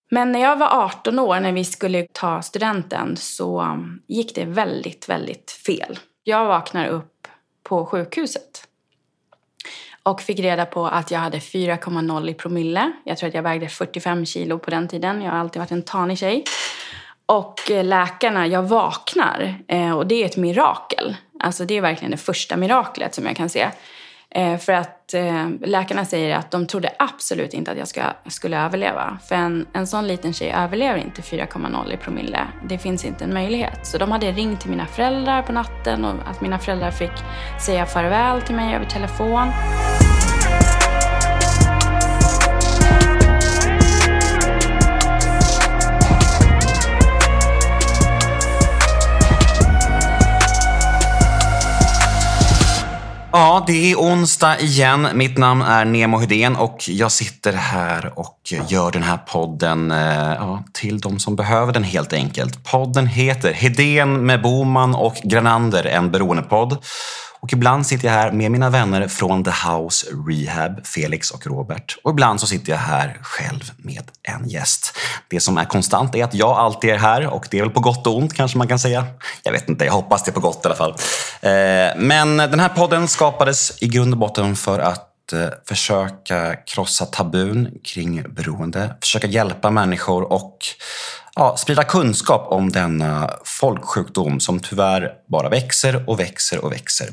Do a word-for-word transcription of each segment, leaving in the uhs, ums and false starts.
Men när jag var arton år, när vi skulle ta studenten, så gick det väldigt, väldigt fel. Jag vaknar upp på sjukhuset och fick reda på att jag hade fyra komma noll i promille. Jag tror att jag vägde fyrtiofem kilo på den tiden. Jag har alltid varit en tanig tjej. Och läkarna, jag vaknar. Och det är ett mirakel. Alltså det är verkligen det första miraklet som jag kan se. För att läkarna säger att de trodde absolut inte att jag ska, skulle överleva. För en, en sån liten tjej överlever inte fyra komma noll i promille. Det finns inte en möjlighet. Så de hade ringt till mina föräldrar på natten. Och att mina föräldrar fick säga farväl till mig över telefon. Ja, det är onsdag igen. Mitt namn är Nemo Hedén och jag sitter här och gör den här podden ja, till de som behöver den helt enkelt. Podden heter Hedén med Boman och Granander, en beroendepodd. Och ibland sitter jag här med mina vänner från The House Rehab, Felix och Robert. Och ibland så sitter jag här själv med en gäst. Det som är konstant är att jag alltid är här, och det är väl på gott och ont kanske man kan säga. Jag vet inte, jag hoppas det är på gott i alla fall. Men den här podden skapades i grund och botten för att försöka krossa tabun kring beroende. Försöka hjälpa människor och ja, sprida kunskap om denna folksjukdom som tyvärr bara växer och växer och växer.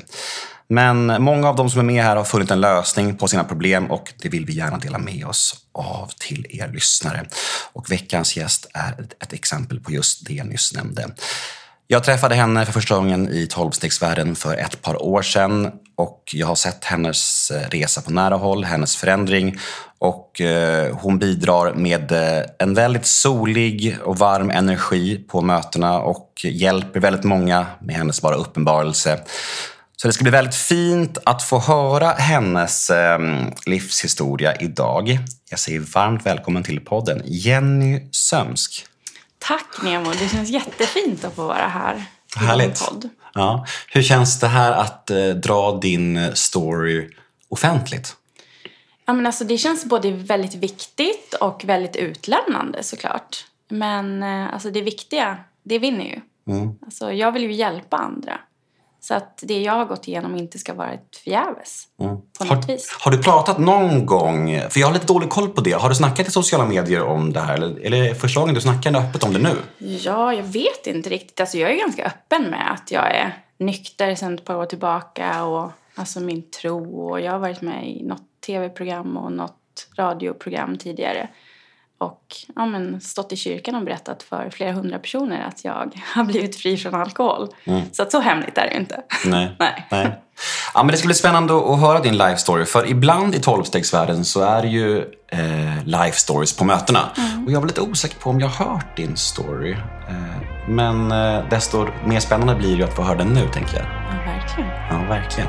Men många av de som är med här har funnit en lösning på sina problem, och det vill vi gärna dela med oss av till er lyssnare. Och veckans gäst är ett exempel på just det jag nyss nämnde. Jag träffade henne för första gången i tolvstegsvärlden för ett par år sedan, och jag har sett hennes resa på nära håll, hennes förändring, och eh, hon bidrar med eh, en väldigt solig och varm energi på mötena och hjälper väldigt många med hennes bara uppenbarelse. Så det ska bli väldigt fint att få höra hennes eh, livshistoria idag. Jag säger varmt välkommen till podden, Jenny Sömsk. Tack Nemo, det känns jättefint att få vara här. Härligt. Podd. Ja. Hur känns det här att eh, dra din story offentligt? Ja, men alltså, det känns både väldigt viktigt och väldigt utlämnande såklart. Men eh, alltså, det viktiga, det vinner ju. Mm. Alltså, jag vill ju hjälpa andra. Så att det jag har gått igenom inte ska vara ett förgäves mm. på något har, vis. Har du pratat någon gång, för jag har lite dålig koll på det. Har du snackat i sociala medier om det här? Eller, eller är första gången du snackar öppet om det nu? Ja, jag vet inte riktigt. Alltså, jag är ganska öppen med att jag är nykter sedan ett par år tillbaka. Och alltså min tro. Och jag har varit med i något tv-program och något radioprogram tidigare. Och ja, men, stått i kyrkan och berättat för flera hundra personer att jag har blivit fri från alkohol. Mm. Så att så hemligt är det ju inte. Nej. Nej. Nej. Ja, men det ska bli spännande att höra din life story. För ibland i tolvstegsvärlden så är det ju eh, life stories på mötena. Mm. Och jag var lite osäker på om jag har hört din story. Eh, men eh, desto mer spännande blir det ju att få höra den nu, tänker jag. Ja, verkligen. Ja, verkligen.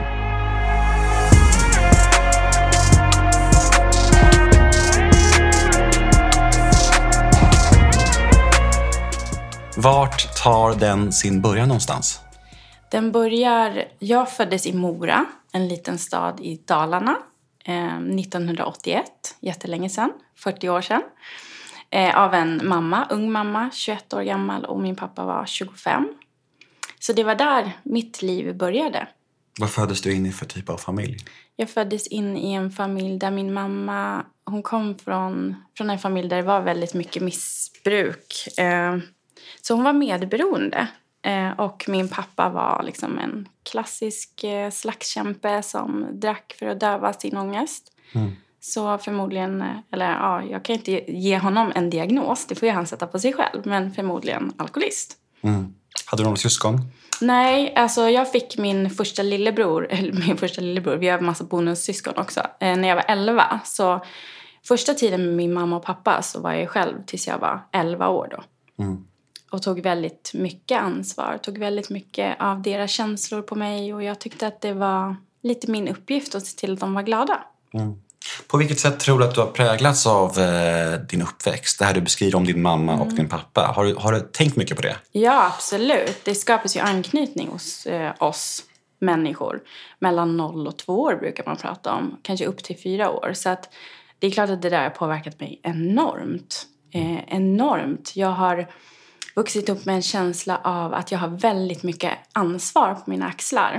Vart tar den sin början någonstans? Den börjar... Jag föddes i Mora, en liten stad i Dalarna, eh, nittonhundraåttioett, jättelänge sedan, fyrtio år sedan. Eh, av en mamma, ung mamma, tjugoett år gammal, och min pappa var tjugofem. Så det var där mitt liv började. Vad föddes du in i för typ av familj? Jag föddes in i en familj där min mamma... Hon kom från, från en familj där det var väldigt mycket missbruk. Eh, Så hon var medberoende, och min pappa var liksom en klassisk slagskämpe som drack för att döva sin ångest. Mm. Så förmodligen, eller ja, jag kan inte ge honom en diagnos, det får ju han sätta på sig själv, men förmodligen alkoholist. Mm. Hade du några syskon? Nej, alltså jag fick min första lillebror, eller min första lillebror, vi har en massa bonussyskon också, när jag var elva. Så första tiden med min mamma och pappa så var jag själv tills jag var elva år då. Mm. Och tog väldigt mycket ansvar. Tog väldigt mycket av deras känslor på mig. Och jag tyckte att det var lite min uppgift att se till att de var glada. Mm. På vilket sätt tror du att du har präglats av eh, din uppväxt? Det här du beskriver om din mamma mm. och din pappa. Har du, har du tänkt mycket på det? Ja, absolut. Det skapas ju anknytning hos eh, oss människor. Mellan noll och två år brukar man prata om. Kanske upp till fyra år. Så att det är klart att det där har påverkat mig enormt. eh, enormt. Jag har vuxit upp med en känsla av att jag har väldigt mycket ansvar på mina axlar.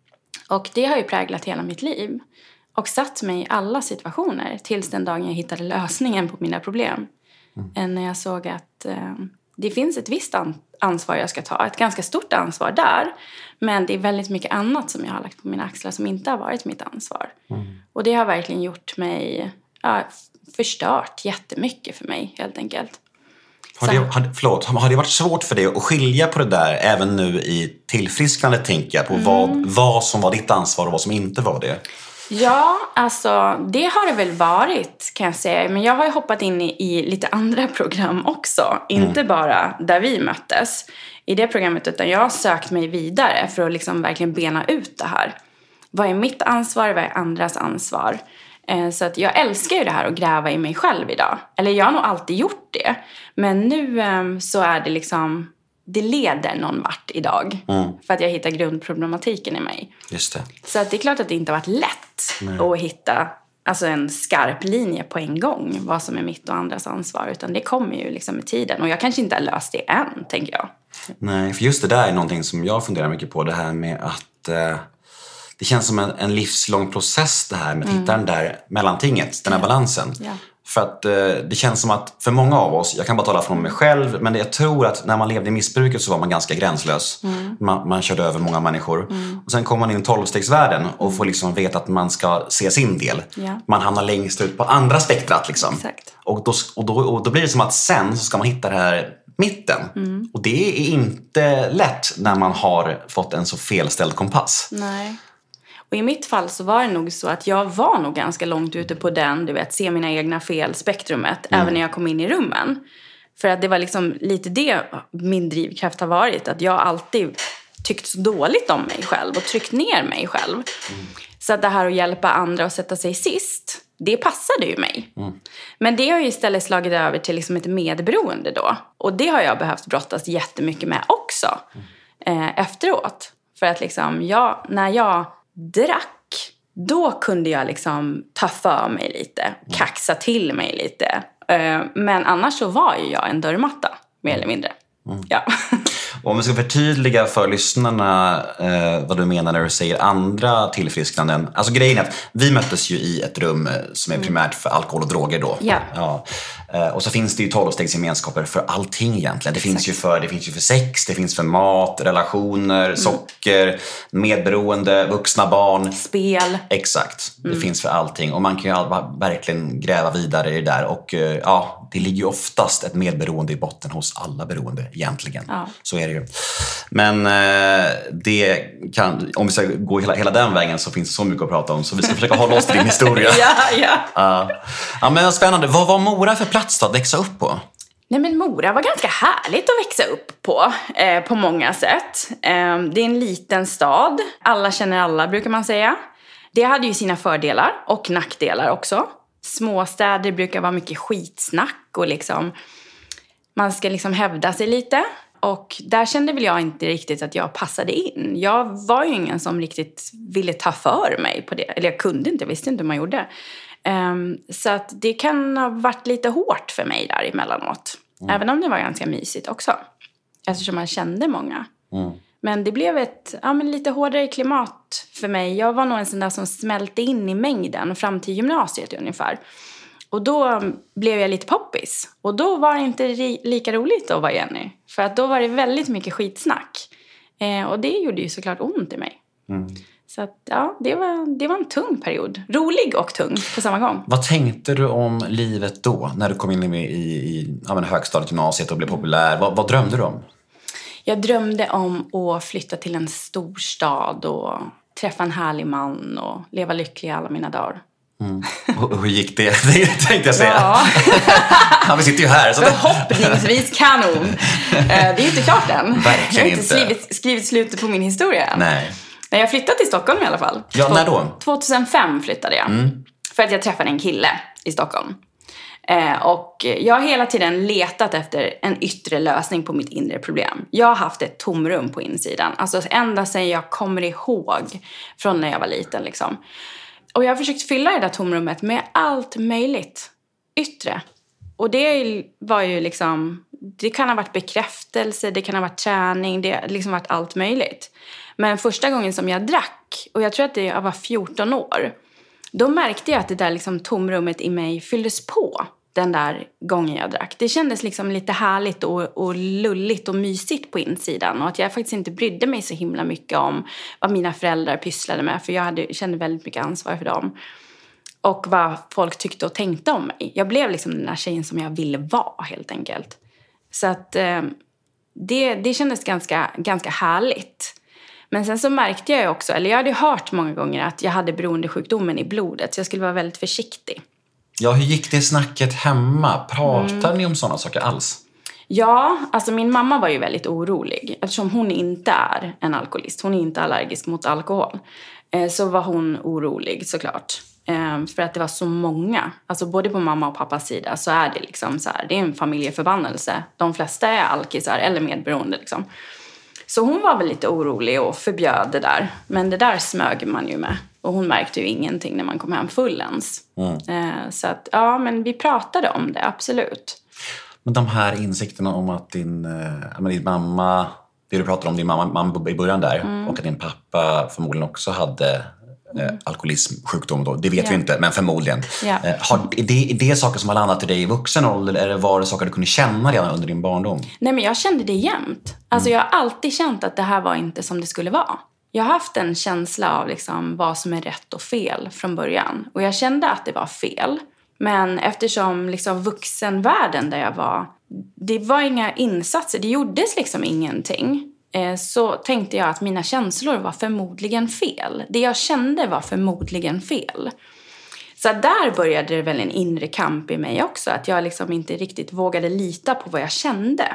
Och det har ju präglat hela mitt liv. Och satt mig i alla situationer tills den dagen jag hittade lösningen på mina problem. Mm. När jag såg att eh, det finns ett visst an- ansvar jag ska ta. Ett ganska stort ansvar där. Men det är väldigt mycket annat som jag har lagt på mina axlar som inte har varit mitt ansvar. Mm. Och det har verkligen gjort mig, ja, förstört jättemycket för mig helt enkelt. Har det, har, förlåt, har det varit svårt för dig att skilja på det där även nu i tillfrisknande, tänker jag, på mm. vad, vad som var ditt ansvar och vad som inte var det? Ja, alltså det har det väl varit, kan jag säga. Men jag har ju hoppat in i, i lite andra program också. Mm. Inte bara där vi möttes i det programmet, utan jag har sökt mig vidare för att liksom verkligen bena ut det här. Vad är mitt ansvar, vad är andras ansvar? Eh, så att jag älskar ju det här att gräva i mig själv idag. Eller jag har nog alltid gjort det. Men nu eh, så är det liksom... Det leder någon vart idag. Mm. För att jag hittar grundproblematiken i mig. Just det. Så att det är klart att det inte har varit lätt Nej. att hitta alltså en skarp linje på en gång. Vad som är mitt och andras ansvar. Utan det kommer ju liksom med tiden. Och jag kanske inte har löst det än, tänker jag. Nej, för just det där är någonting som jag funderar mycket på. Det här med att... Eh, det känns som en, en livslång process det här med att mm. hitta den där mellantinget. Den här ja. balansen. Ja. För att eh, det känns som att för många av oss, jag kan bara tala från mig själv, men jag tror att när man levde i missbruket så var man ganska gränslös. Mm. Man, man körde över många människor. Mm. Och sen kommer man in i tolvstegsvärlden och får liksom veta att man ska se sin del. Yeah. Man hamnar längst ut på andra spektrat liksom. Exakt. Och, då, och, då, och då blir det som att sen så ska man hitta det här mitten. Mm. Och det är inte lätt när man har fått en så felställd kompass. Nej. Och i mitt fall så var det nog så att jag var nog ganska långt ute på den, du vet, se mina egna fel spektrumet, mm. även när jag kom in i rummen. För att det var liksom lite det min drivkraft har varit, att jag alltid tyckt så dåligt om mig själv och tryckt ner mig själv. Mm. Så att det här att hjälpa andra och sätta sig sist, det passade ju mig. Mm. Men det har ju istället slagit över till liksom ett medberoende då. Och det har jag behövt brottas jättemycket med också mm. eh, efteråt. För att liksom, jag, när jag drack, då kunde jag liksom ta för mig lite, kaxa till mig lite. Men annars så var ju jag en dörrmatta, mer eller mindre. Mm. Ja. Och om vi ska förtydliga för lyssnarna eh, vad du menar när du säger andra tillfrisknanden. Alltså grejen är att vi möttes ju i ett rum som är primärt för alkohol och droger då. Ja. Ja. Eh, och så finns det ju tolvstegsgemenskaper för allting egentligen. Det finns, ju för, det finns ju för sex, det finns för mat, relationer, mm. socker, medberoende, vuxna barn. Spel. Exakt, mm. det finns för allting. Och man kan ju all, verkligen gräva vidare i det där. Och eh, ja, det ligger ju oftast ett medberoende i botten hos alla beroende egentligen. Ja. Så är det ju. Men eh, det kan, om vi ska gå hela, hela den vägen så finns det så mycket att prata om. Så vi ska försöka hålla oss till din historia. ja, ja. Uh, ja, men spännande. Vad var Mora för plats då att växa upp på? Nej, men Mora var ganska härligt att växa upp på, eh, på många sätt. Eh, det är en liten stad. Alla känner alla, brukar man säga. Det hade ju sina fördelar och nackdelar också. Småstäder brukar vara mycket skitsnack och liksom, man ska liksom hävda sig lite. Och där kände väl jag inte riktigt att jag passade in. Jag var ju ingen som riktigt ville ta för mig på det. Eller jag kunde inte, jag visste inte hur man gjorde. Um, så att det kan ha varit lite hårt för mig där emellanåt. Mm. Även om det var ganska mysigt också. Eftersom man kände många. Mm. Men det blev ett ja, men lite hårdare klimat för mig. Jag var nog en sån där som smälte in i mängden fram till gymnasiet ungefär. Och då blev jag lite poppis. Och då var det inte ri- lika roligt att vara Jenny. För att då var det väldigt mycket skitsnack. Eh, och det gjorde ju såklart ont i mig. Mm. Så att, ja, det var, det var en tung period. Rolig och tung på samma gång. Vad tänkte du om livet då? När du kom in i, i, i ja, högstadiet, gymnasiet och blev populär. Vad, vad drömde du om? Jag drömde om att flytta till en stor stad och träffa en härlig man och leva lycklig alla mina dagar. Mm. Och hur gick det? Det tänkte jag säga. Ja. Ja, vi sitter ju här. Så förhoppningsvis kanon. Det är ju inte klart än. Verkligen jag har inte inte skrivit, skrivit slutet på min historia än. Nej. Nej, jag flyttade till Stockholm i alla fall. Ja, när då? tjugohundrafem flyttade jag. Mm. För att jag träffade en kille i Stockholm. Eh, och jag har hela tiden letat efter en yttre lösning på mitt inre problem. Jag har haft ett tomrum på insidan. Alltså ända sedan jag kommer ihåg från när jag var liten liksom. Och jag har försökt fylla det där tomrummet med allt möjligt yttre. och det var ju liksom, det kan ha varit bekräftelse, det kan ha varit träning, det har liksom varit allt möjligt. Men första gången som jag drack, och jag tror att det, jag var fjorton år, då märkte jag att det där liksom tomrummet i mig fylldes på den där gången jag drack. Det kändes liksom lite härligt och, och lulligt och mysigt på insidan. Och att jag faktiskt inte brydde mig så himla mycket om vad mina föräldrar pysslade med. För jag hade, kände väldigt mycket ansvar för dem. Och vad folk tyckte och tänkte om mig. Jag blev liksom den där tjejen som jag ville vara helt enkelt. Så att eh, det, det kändes ganska, ganska härligt. Men sen så märkte jag också, eller jag hade hört många gånger att jag hade beroendesjukdomen i blodet. Så jag skulle vara väldigt försiktig. Ja, hur gick det snacket hemma? Pratar mm. ni om sådana saker alls? Ja, alltså min mamma var ju väldigt orolig. Eftersom hon inte är en alkoholist, hon är inte allergisk mot alkohol. Eh, så var hon orolig såklart. Eh, för att det var så många. Alltså både på mamma och pappas sida så är det liksom så här. Det är en familjeförbannelse. De flesta är alkisar eller medberoende liksom. Så hon var väl lite orolig och förbjöd det där. Men det där smög man ju med. Och hon märkte ju ingenting när man kom hem full ens. Mm. Eh, så att, ja, men vi pratade om det, absolut. Men de här insikterna om att din, äh, din mamma, det du pratade om din mamma, mamma i början där, mm. och att din pappa förmodligen också hade äh, alkoholism, sjukdom då, det vet yeah. vi inte, men förmodligen. Yeah. Äh, har, är, det, är det saker som har landat i dig i vuxen ålder, eller var det saker du kunde känna redan under din barndom? Nej, men jag kände det jämt. Alltså mm. jag har alltid känt att det här var inte som det skulle vara. Jag har haft en känsla av liksom vad som är rätt och fel från början. Och jag kände att det var fel. Men eftersom liksom vuxenvärlden där jag var, det var inga insatser, det gjordes liksom ingenting. Eh, så tänkte jag att mina känslor var förmodligen fel. Det jag kände var förmodligen fel. Så där började det väl en inre kamp i mig också. Att jag liksom inte riktigt vågade lita på vad jag kände.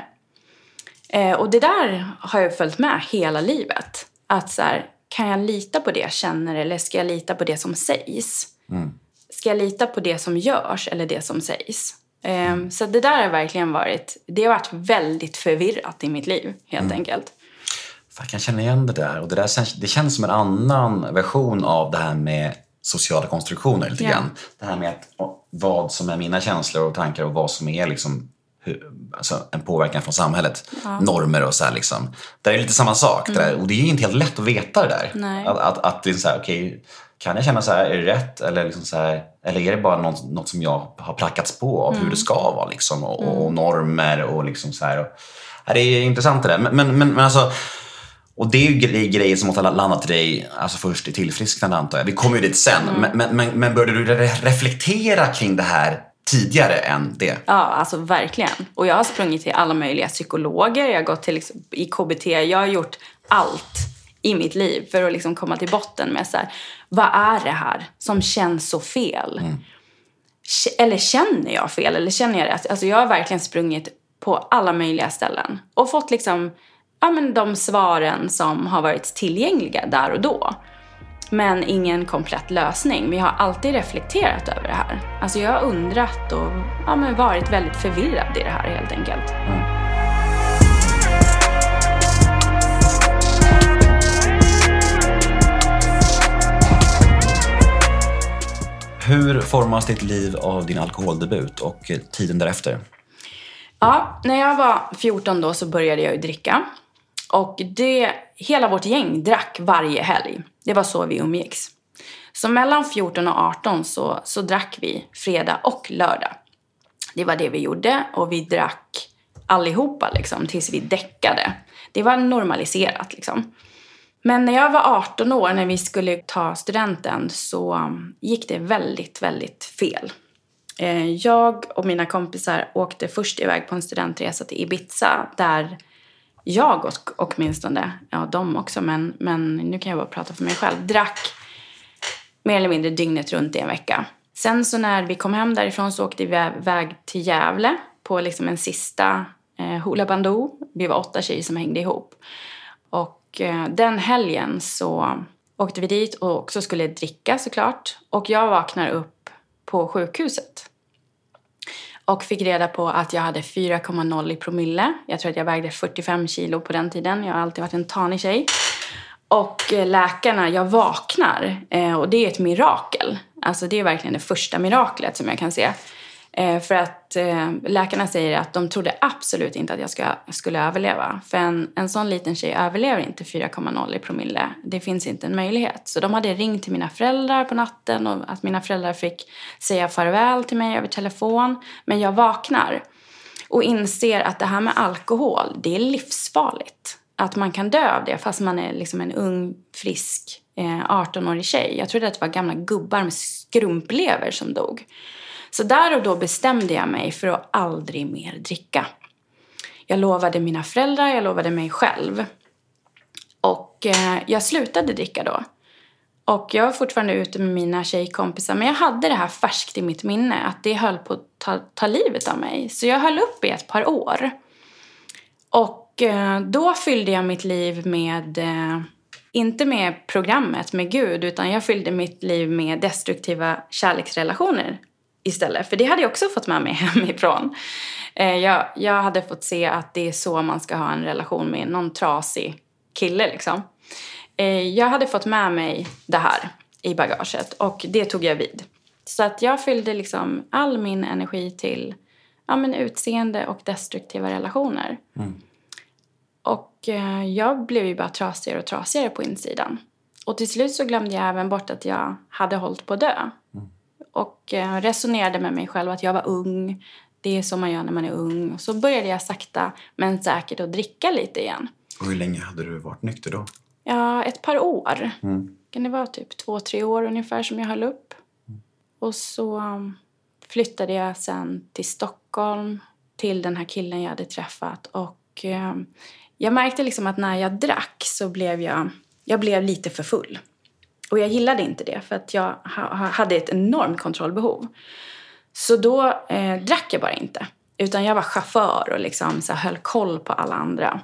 Eh, och det där har jag följt med hela livet. Att så här, kan jag lita på det jag känner eller ska jag lita på det som sägs? Mm. Ska jag lita på det som görs eller det som sägs? Um, så det där har verkligen varit, det har varit väldigt förvirrat i mitt liv, helt mm. enkelt. Jag kan känna igen det där. Och det, där, det känns som en annan version av det här med sociala konstruktioner lite yeah. grann. Det här med att, vad som är mina känslor och tankar och vad som är liksom, hur, alltså en påverkan från samhället. Ja. Normer och så här liksom. Det är lite samma sak. Mm. Det där, och det är ju inte helt lätt att veta det där. Nej. Att, att, att det är så här, okej... Okay, kan jag känna så här, är det rätt? Eller, liksom så här, eller är det bara något, något som jag har prackats på av mm. hur det ska vara? Liksom, och, mm. och normer och liksom så här. Och, ja, det är intressant det där. Men, men, men, men alltså, och det är ju grej, grejer som måste ha landat till dig alltså först i tillfrisknande, antar jag. Vi kommer ju dit sen. Mm. Men, men, men, men började du reflektera kring det här tidigare än det? Ja, alltså verkligen. Och jag har sprungit till alla möjliga psykologer. Jag har gått till liksom, i K B T. Jag har gjort allt i mitt liv för att liksom komma till botten med så här, vad är det här som känns så fel? Mm. Eller känner jag fel? Eller känner jag rätt? Alltså jag har verkligen sprungit på alla möjliga ställen och fått liksom, ja, men de svaren som har varit tillgängliga där och då. Men ingen komplett lösning. Men jag har alltid reflekterat över det här. Alltså jag har undrat och ja, men varit väldigt förvirrad i det här helt enkelt. Mm. Hur formas ditt liv av din alkoholdebut och tiden därefter? Ja, när jag var fjorton då så började jag ju dricka. Och det, hela vårt gäng drack varje helg. Det var så vi umgicks. Så mellan fjorton och arton så, så drack vi fredag och lördag. Det var det vi gjorde och vi drack allihopa liksom, tills vi däckade. Det var normaliserat liksom. Men när jag var arton år, när vi skulle ta studenten, så gick det väldigt, väldigt fel. Jag och mina kompisar åkte först iväg på en studentresa till Ibiza, där jag och åtminstone, ja de också, men, men nu kan jag bara prata för mig själv, drack mer eller mindre dygnet runt i en vecka. Sen så när vi kom hem därifrån så åkte vi iväg till Gävle på liksom en sista eh, Hoola Bandoo. Vi var åtta tjejer som hängde ihop. Och den helgen så åkte vi dit och också skulle dricka såklart. Och jag vaknar upp på sjukhuset. Och fick reda på att jag hade fyra komma noll i promille. Jag tror att jag vägde fyrtiofem kilo på den tiden. Jag har alltid varit en tanig tjej. Och läkarna, jag vaknar. Och det är ett mirakel. Alltså det är verkligen det första miraklet som jag kan se. Eh, för att eh, läkarna säger att de trodde absolut inte att jag ska, skulle överleva. För en, en sån liten tjej överlever inte fyra komma noll i promille. Det finns inte en möjlighet. Så de hade ringt till mina föräldrar på natten och att mina föräldrar fick säga farväl till mig över telefon. Men jag vaknar och inser att det här med alkohol, det är livsfarligt. Att man kan dö av det fast man är liksom en ung, frisk eh, arton-årig tjej. Jag trodde att det var gamla gubbar med skrumplever som dog. Så där och då bestämde jag mig för att aldrig mer dricka. Jag lovade mina föräldrar, jag lovade mig själv. Och eh, jag slutade dricka då. Och jag var fortfarande ute med mina tjejkompisar. Men jag hade det här färskt i mitt minne. Att det höll på att ta, ta livet av mig. Så jag höll upp i ett par år. Och eh, då fyllde jag mitt liv med... Eh, inte med programmet, med Gud. Utan jag fyllde mitt liv med destruktiva kärleksrelationer istället. För det hade jag också fått med mig hemifrån. Eh, jag, jag hade fått se att det är så man ska ha en relation med någon trasig kille liksom. Jag hade fått med mig det här i bagaget och det tog jag vid. Så att jag fyllde liksom all min energi till ja, men utseende och destruktiva relationer. Mm. Och eh, jag blev ju bara trasigare och trasigare på insidan. Och till slut så glömde jag även bort att jag hade hållit på att dö. Mm. Och eh, resonerade med mig själv att jag var ung. Det är så man gör när man är ung. Och så började jag sakta men säkert att dricka lite igen. Och hur länge hade du varit nykter då? Ja, ett par år. Mm. Kan det vara typ två, tre år ungefär som jag höll upp. Mm. Och så flyttade jag sen till Stockholm. Till den här killen jag hade träffat. Och eh, jag märkte liksom att när jag drack så blev jag... Jag blev lite för full. Och jag gillade inte det för att jag ha, hade ett enormt kontrollbehov. Så då eh, drack jag bara inte. Utan jag var chaufför och liksom så höll koll på alla andra.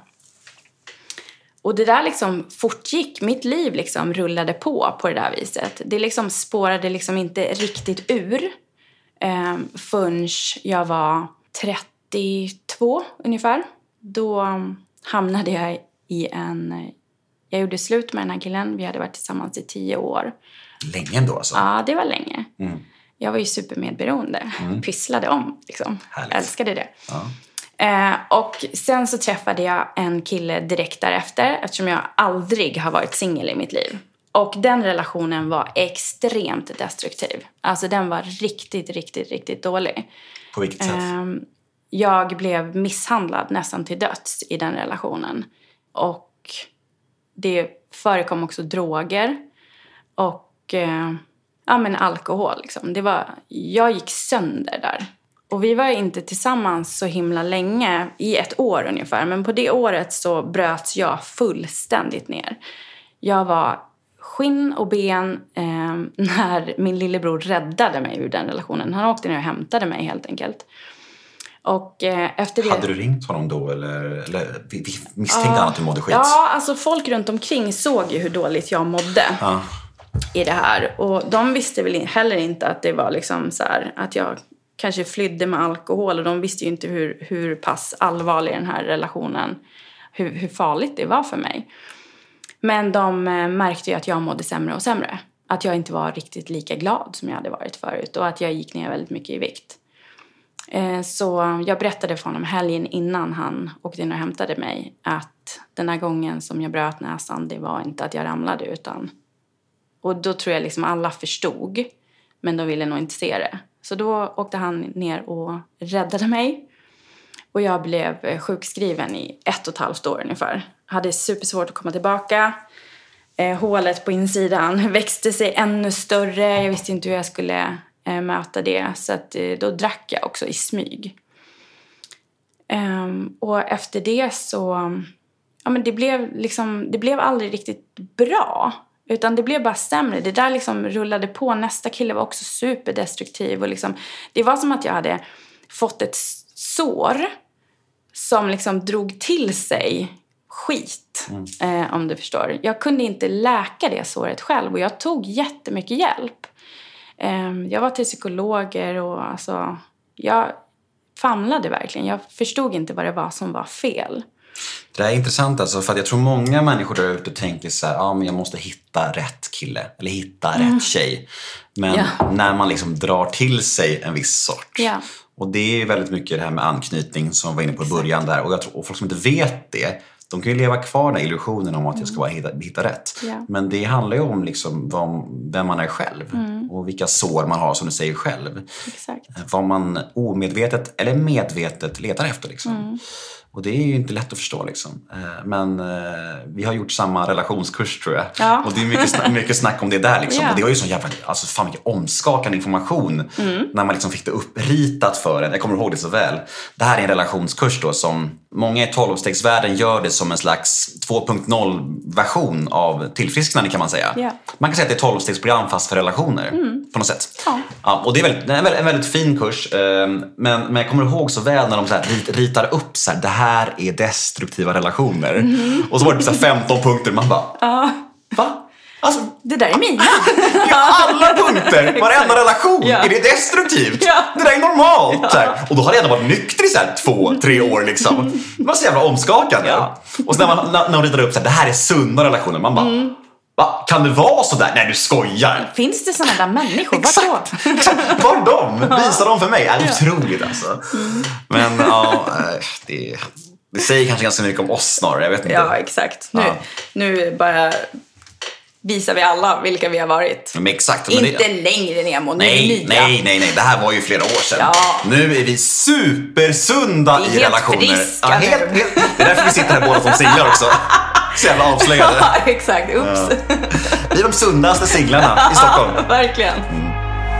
Och det där liksom fortgick, mitt liv liksom rullade på på det där viset. Det liksom spårade liksom inte riktigt ur eh, förrän jag var trettiotvå ungefär. Då hamnade jag i en... Jag gjorde slut med den här killen, vi hade varit tillsammans i tio år. Länge ändå alltså? Ja, det var länge. Mm. Jag var ju supermedberoende, mm. pysslade om liksom. Härligt. Älskade det. Ja. Eh, och sen så träffade jag en kille direkt därefter eftersom jag aldrig har varit singel i mitt liv. Och den relationen var extremt destruktiv. Alltså den var riktigt, riktigt, riktigt dålig. På vilket sätt? Eh, jag blev misshandlad nästan till döds i den relationen. Och det förekom också droger och eh, ja, men alkohol. Liksom. Det var, jag gick sönder där. Och vi var inte tillsammans så himla länge, i ett år ungefär. Men på det året så bröts jag fullständigt ner. Jag var skinn och ben eh, när min lillebror räddade mig ur den relationen. Han åkte ner och hämtade mig helt enkelt. Och eh, efter det... Hade du ringt honom då eller, eller vi, vi misstänkte ja, att du mådde skit? Ja, alltså folk runt omkring såg ju hur dåligt jag mådde. Ja. I det här. Och de visste väl heller inte att det var liksom så här, att jag kanske flydde med alkohol. Och de visste ju inte hur, hur pass allvarlig den här relationen, hur, hur farligt det var för mig. Men de märkte ju att jag mådde sämre och sämre. Att jag inte var riktigt lika glad som jag hade varit förut. Och att jag gick ner väldigt mycket i vikt. Så jag berättade för honom helgen innan han åkte in och hämtade mig. Att den här gången som jag bröt näsan, det var inte att jag ramlade utan... Och då tror jag liksom alla förstod. Men de ville nog inte se det. Så då åkte han ner och räddade mig. Och jag blev sjukskriven i ett och ett halvt år ungefär. Hade supersvårt att komma tillbaka. Eh, hålet på insidan växte sig ännu större. Jag visste inte hur jag skulle eh, möta det. Så att, eh, då drack jag också i smyg. Eh, och efter det så... Ja, men det blev, liksom, det blev aldrig riktigt bra. Utan det blev bara sämre. Det där liksom rullade på. Nästa kille var också superdestruktiv. Och liksom, det var som att jag hade fått ett sår som liksom drog till sig skit. Mm. Eh, om du förstår. Jag kunde inte läka det såret själv. Och jag tog jättemycket hjälp. Eh, jag var till psykologer. Och alltså, jag famlade verkligen. Jag förstod inte vad det var som var fel. Det här är intressant alltså, för att jag tror många människor där ute tänker så här, ja men jag måste hitta rätt kille eller hitta mm. rätt tjej. Men ja. när man liksom drar till sig en viss sort. Ja. Och det är väldigt mycket det här med anknytning som var inne på i början där. Och, jag tror, och folk som inte vet det, de kan ju leva kvar den illusionen om att jag ska bara hitta, hitta rätt. Ja. Men det handlar ju om liksom vad, vem man är själv. Mm. Och vilka sår man har, som du säger själv. Exakt. Vad man omedvetet eller medvetet letar efter liksom. Mm. Och det är ju inte lätt att förstå liksom. Men vi har gjort samma relationskurs tror jag. Ja. Och det är mycket snack, mycket snack om det där liksom. Ja. Och det var ju så jävla, alltså fan mycket omskakande information. Mm. När man liksom fick det uppritat för en. Jag kommer ihåg det så väl. Det här är en relationskurs då som många i tolvstegsvärlden gör det som en slags två punkt noll-version av tillfrisknande kan man säga. Ja. Man kan säga att det är ett tolvstegsprogram fast för relationer. Mm. På något sätt. Ja. Ja, och det är, väldigt, det är en, väldigt, en väldigt fin kurs. Men, men jag kommer ihåg så väl när de så här rit, ritar upp så här, det här är destruktiva relationer. Mm. Och så var det så här femton punkter. Man bara, ja. Va? Alltså, det där är mina. Ja, alla punkter, varenda relation. Ja. Är det destruktivt? Ja. Det där är normalt. Ja. Så här. Och då hade jag ändå varit nykter i så här två, tre år liksom. Det var så jävla omskakande. Ja. Och så när man, när man ritar upp så här, det här är sunda relationer. Man bara, mm. Va? Kan det vara så där? Nej, du skojar. Finns det sådana där människor? Exakt. Exakt. Var de? Visa dem för mig. Det är ja. otroligt alltså. Mm. Men ja, det, det säger kanske ganska mycket om oss snarare. Jag vet inte. Ja, exakt. Nu, ja. nu bara visar vi alla vilka vi har varit. Men exakt. Men inte det... längre Nemo. Nu nej, är nya. nej, nej, nej. Det här var ju flera år sedan. Ja. Nu är vi supersunda i relationer. Friska ja, helt friska. Det är därför vi sitter här båda som singlar också. Så jävla avslöjade. Ja, exakt. Ups. Ja. Vi är de sundaste singlarna i Stockholm. Ja, verkligen. Mm.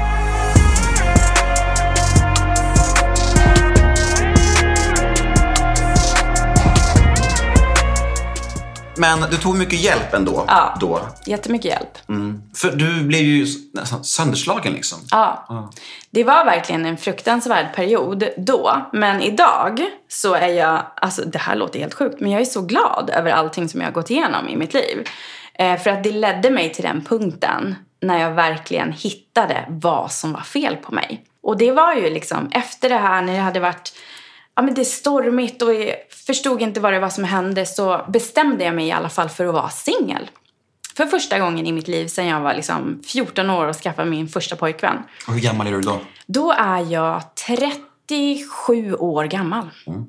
Men du tog mycket hjälp ändå. Ja, då. jättemycket hjälp. Mm. För du blev ju nästan sönderslagen liksom. Ja. ja, det var verkligen en fruktansvärd period då. Men idag så är jag, alltså det här låter helt sjukt, men jag är så glad över allting som jag har gått igenom i mitt liv. Eh, för att det ledde mig till den punkten när jag verkligen hittade vad som var fel på mig. Och det var ju liksom efter det här när det hade varit... Ja, men det är stormigt och jag förstod inte vad det var som hände, så bestämde jag mig i alla fall för att vara singel. För första gången i mitt liv sedan jag var liksom fjorton år och skaffade min första pojkvän. Och hur gammal är du då? Då är jag trettiosju år gammal. Mm.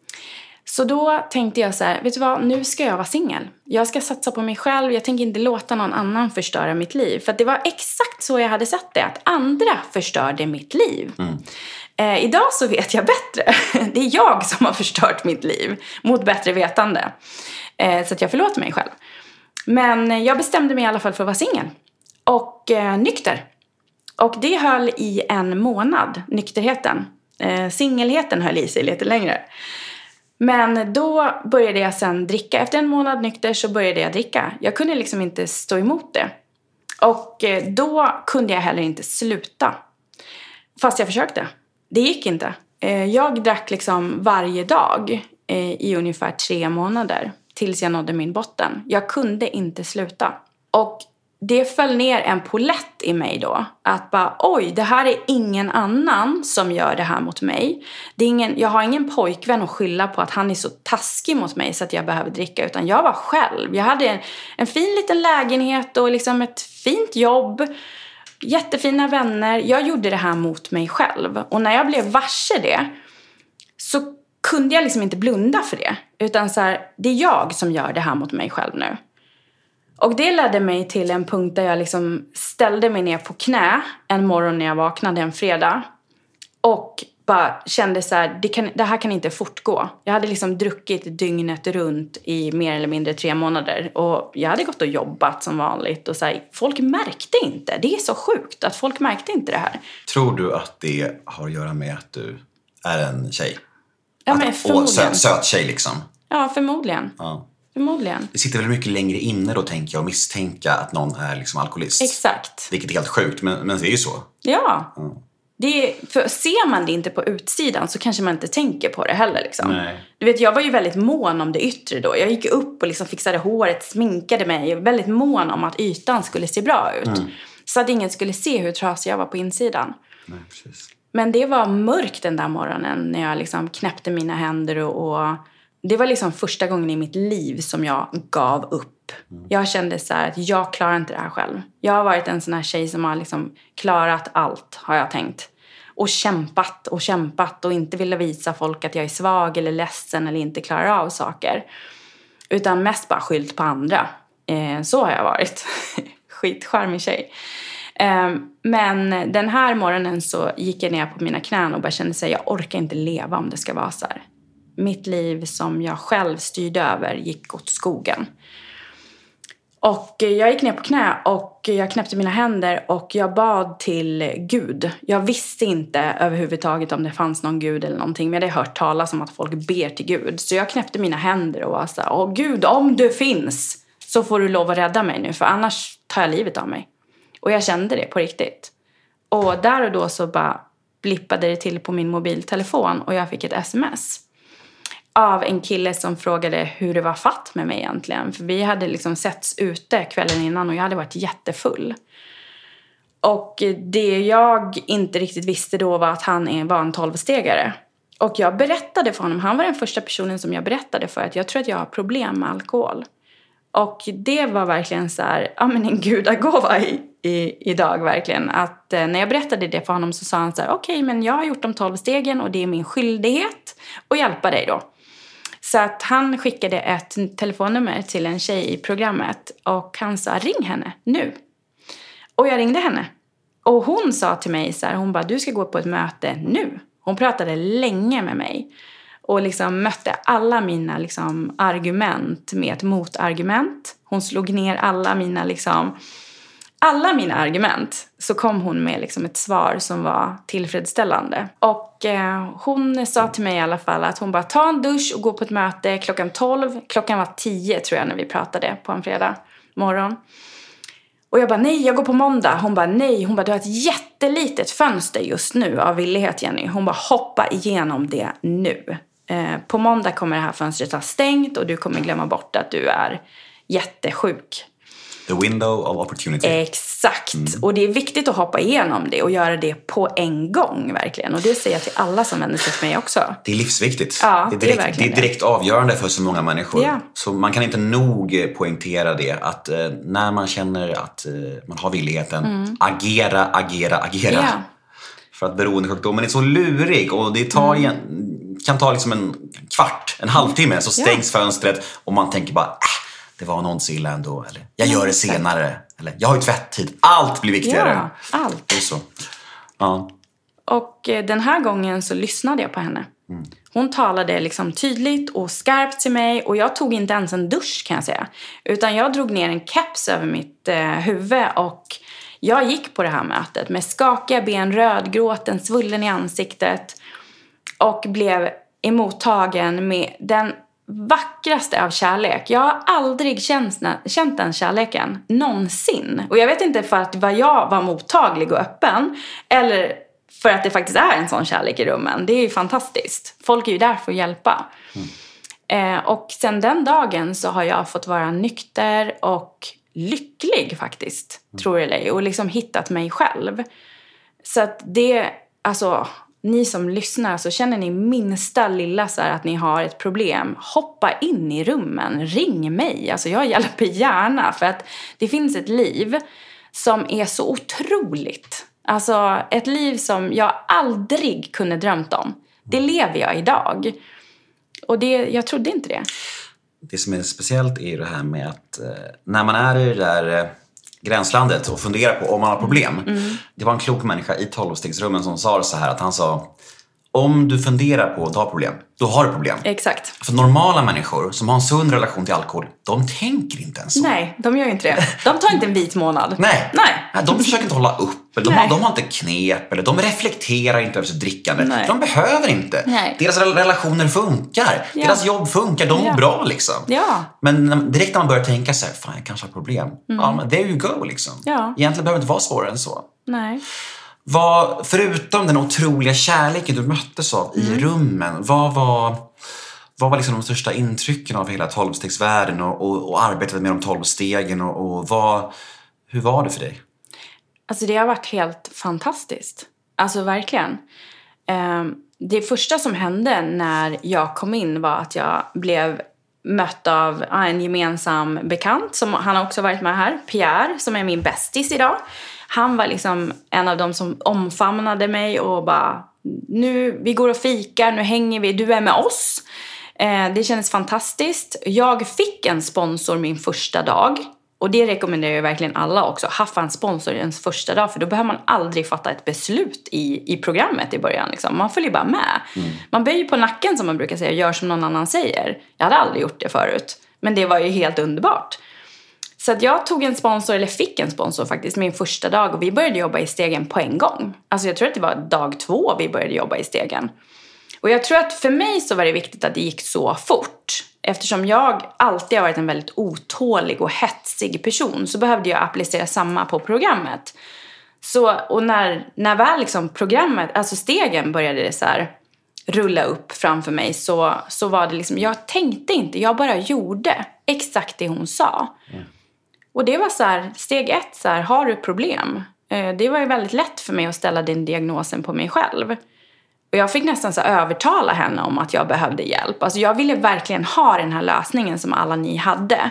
Så då tänkte jag så här, vet du vad, nu ska jag vara singel. Jag ska satsa på mig själv, jag tänker inte låta någon annan förstöra mitt liv. För att det var exakt så jag hade sett det, att andra förstörde mitt liv. Mm. Eh, idag så vet jag bättre. Det är jag som har förstört mitt liv mot bättre vetande. Eh, så att jag förlåter mig själv. Men jag bestämde mig i alla fall för att vara singel. Och eh, nykter. Och det höll i en månad, nykterheten. Eh, singelheten höll i sig lite längre. Men då började jag sen dricka. Efter en månad nykter så började jag dricka. Jag kunde liksom inte stå emot det. Och eh, då kunde jag heller inte sluta. Fast jag försökte. Det gick inte. Jag drack liksom varje dag i ungefär tre månader tills jag nådde min botten. Jag kunde inte sluta. Och det föll ner en polett i mig då. Att bara, oj, det här är ingen annan som gör det här mot mig. Det är ingen, jag har ingen pojkvän att skylla på att han är så taskig mot mig så att jag behöver dricka. Utan jag var själv. Jag hade en, en fin liten lägenhet och liksom ett fint jobb. Jättefina vänner. Jag gjorde det här mot mig själv. Och när jag blev varse det så kunde jag liksom inte blunda för det. Utan så här, det är jag som gör det här mot mig själv nu. Och det ledde mig till en punkt där jag liksom ställde mig ner på knä en morgon när jag vaknade en fredag. Och bara kände så här, det, kan, det här kan inte fortgå. Jag hade liksom druckit dygnet runt i mer eller mindre tre månader. Och jag hade gått och jobbat som vanligt. Och så här, folk märkte inte. Det är så sjukt att folk märkte inte det här. Tror du att det har att göra med att du är en tjej? Ja, men förmodligen. Och söt, söt tjej liksom. Ja, förmodligen. Ja. Förmodligen. Det sitter väl mycket längre inne då, tänker jag, och misstänka att någon är liksom alkoholist. Exakt. Vilket är helt sjukt, men, men det är ju så. Ja. Mm. Det är, för ser man det inte på utsidan så kanske man inte tänker på det heller liksom. Nej. Du vet, jag var ju väldigt mån om det yttre då. Jag gick upp och liksom fixade håret, sminkade mig. Jag var väldigt mån om att ytan skulle se bra ut. Mm. Så att ingen skulle se hur trasig jag var på insidan. Nej, precis. Men det var mörkt den där morgonen när jag liksom knäppte mina händer och, och det var liksom första gången i mitt liv som jag gav upp. Mm. Jag kände så här att jag klarar inte det här själv. Jag har varit en sån här tjej som har liksom klarat allt, har jag tänkt. Och kämpat och kämpat och inte ville visa folk att jag är svag eller ledsen eller inte klarar av saker. Utan mest bara skyllt på andra. Eh, så har jag varit. Skitcharmig tjej. Eh, men den här morgonen så gick jag ner på mina knän och bara kände sig jag orkar inte leva om det ska vara så här. Mitt liv som jag själv styrde över gick åt skogen. Och jag gick ner på knä och jag knäppte mina händer och jag bad till Gud. Jag visste inte överhuvudtaget om det fanns någon Gud eller någonting. Men jag hade hört talas om att folk ber till Gud. Så jag knäppte mina händer och var så här: åh Gud, om du finns så får du lov att rädda mig nu. För annars tar jag livet av mig. Och jag kände det på riktigt. Och där och då så bara blippade det till på min mobiltelefon och jag fick ett sms. Av en kille som frågade hur det var fatt med mig egentligen. För vi hade liksom setts ute kvällen innan och jag hade varit jättefull. Och det jag inte riktigt visste då var att han var en tolvstegare. Och jag berättade för honom, han var den första personen som jag berättade för att jag tror att jag har problem med alkohol. Och det var verkligen så här, ja men en gudagåva i, i, idag verkligen. Att eh, när jag berättade det för honom så sa han så här, okej okay, men jag har gjort de tolv stegen och det är min skyldighet att hjälpa dig då. Så att han skickade ett telefonnummer till en tjej i programmet och han sa ring henne nu. Och jag ringde henne. Och hon sa till mig så här, hon bara du ska gå på ett möte nu. Hon pratade länge med mig. Och liksom mötte alla mina liksom argument med ett motargument. Hon slog ner alla mina liksom... Alla mina argument så kom hon med liksom ett svar som var tillfredsställande. Och eh, hon sa till mig i alla fall att hon bara ta en dusch och gå på ett möte klockan tolv. Klockan var tio tror jag när vi pratade på en fredag morgon. Och jag bara nej jag går på måndag. Hon bara nej, hon bara du har ett jättelitet fönster just nu av villighet Jenny. Hon bara hoppa igenom det nu. Eh, på måndag kommer det här fönstret ha stängt och du kommer glömma bort att du är jättesjuk. The window of opportunity. Exakt. Mm. Och det är viktigt att hoppa igenom det och göra det på en gång verkligen. Och det säger jag till alla som vänder sig till mig också. Det är livsviktigt. Ja, det, är direkt, det, är det är direkt avgörande för så många människor. Ja. Så man kan inte nog poängtera det. Att eh, när man känner att eh, man har villigheten, mm. agera, agera, agera. Ja. För att beroendesjukdomen är så lurig och det tar igen, kan ta liksom en kvart, en halvtimme så stängs ja. fönstret och man tänker bara... Äh, det var någon så illa ändå. Eller jag gör det senare. Eller jag har ju tvätttid. Allt blir viktigare. Ja, allt. Och så. Ja. Och den här gången så lyssnade jag på henne. Mm. Hon talade liksom tydligt och skarpt till mig. Och jag tog inte ens en dusch kan jag säga. Utan jag drog ner en keps över mitt eh, huvud. Och jag gick på det här mötet med skakiga ben, rödgråten, svullen i ansiktet. Och blev emottagen med den vackraste av kärlek. Jag har aldrig känt, känt den kärleken någonsin. Och jag vet inte för att jag var mottaglig och öppen eller för att det faktiskt är en sån kärlek i rummen. Det är ju fantastiskt. Folk är ju där för att hjälpa. Mm. Eh, och sen den dagen så har jag fått vara nykter och lycklig faktiskt. Mm. Tror jag det. Och liksom hittat mig själv. Så att det, alltså... Ni som lyssnar så känner ni minsta lilla så här att ni har ett problem. Hoppa in i rummen. Ring mig. Alltså jag hjälper gärna. För att det finns ett liv som är så otroligt. Alltså ett liv som jag aldrig kunde drömt om. Det lever jag idag. Och det, jag trodde inte det. Det som är speciellt är det här med att eh, när man är i det där... Eh... gränslandet och fundera på om man har problem. Mm. Det var en klok människa i tolvstegsrummen som sa så här att han sa om du funderar på att ha problem, då har du problem. Exakt. För normala människor som har en sund relation till alkohol, de tänker inte ens så. Nej, de gör inte det. De tar inte en vit månad. Nej. Nej. De försöker inte hålla upp. Eller de, har, de har inte knep. Eller de reflekterar inte över sitt drickande. Nej. De behöver inte. Nej. Deras relationer funkar. Ja. Deras jobb funkar. De mår ja. bra liksom. Ja. Men direkt när man börjar tänka så här, fan jag kanske har problem. Mm. Ja, men there you go liksom. Ja. Egentligen behöver det inte vara svårare än så. Nej. Vad, förutom den otroliga kärleken du möttes av i mm. rummen, vad var, vad var liksom de största intrycken av hela tolvstegsvärlden och, och, och arbetet med de tolv stegen och, och vad, hur var det för dig? Alltså det har varit helt fantastiskt. Alltså verkligen. Um, det första som hände när jag kom in var att jag blev mött av en gemensam bekant. Som, han har också varit med här, Pierre, som är min bästis idag. Han var liksom en av dem som omfamnade mig och bara, nu, vi går och fikar, nu hänger vi, du är med oss. Eh, det kändes fantastiskt. Jag fick en sponsor min första dag. Och det rekommenderar jag verkligen alla också. Haffa en sponsor ens första dag. För då behöver man aldrig fatta ett beslut i, i programmet i början. Liksom. Man följer bara med. Mm. Man böjer på nacken som man brukar säga. Gör som någon annan säger. Jag hade aldrig gjort det förut. Men det var ju helt underbart. Så att jag tog en sponsor, eller fick en sponsor faktiskt, min första dag. Och vi började jobba i Stegen på en gång. Alltså jag tror att det var dag två vi började jobba i Stegen. Och jag tror att för mig så var det viktigt att det gick så fort. Eftersom jag alltid har varit en väldigt otålig och hetsig person så behövde jag applicera samma på programmet. Så, och när, när väl liksom programmet, alltså Stegen började det så här rulla upp framför mig så, så var det liksom, jag tänkte inte, jag bara gjorde exakt det hon sa. Mm. Och det var så här, steg ett, så här, har du problem? Det var ju väldigt lätt för mig att ställa den diagnosen på mig själv. Och jag fick nästan så övertala henne om att jag behövde hjälp. Alltså jag ville verkligen ha den här lösningen som alla ni hade.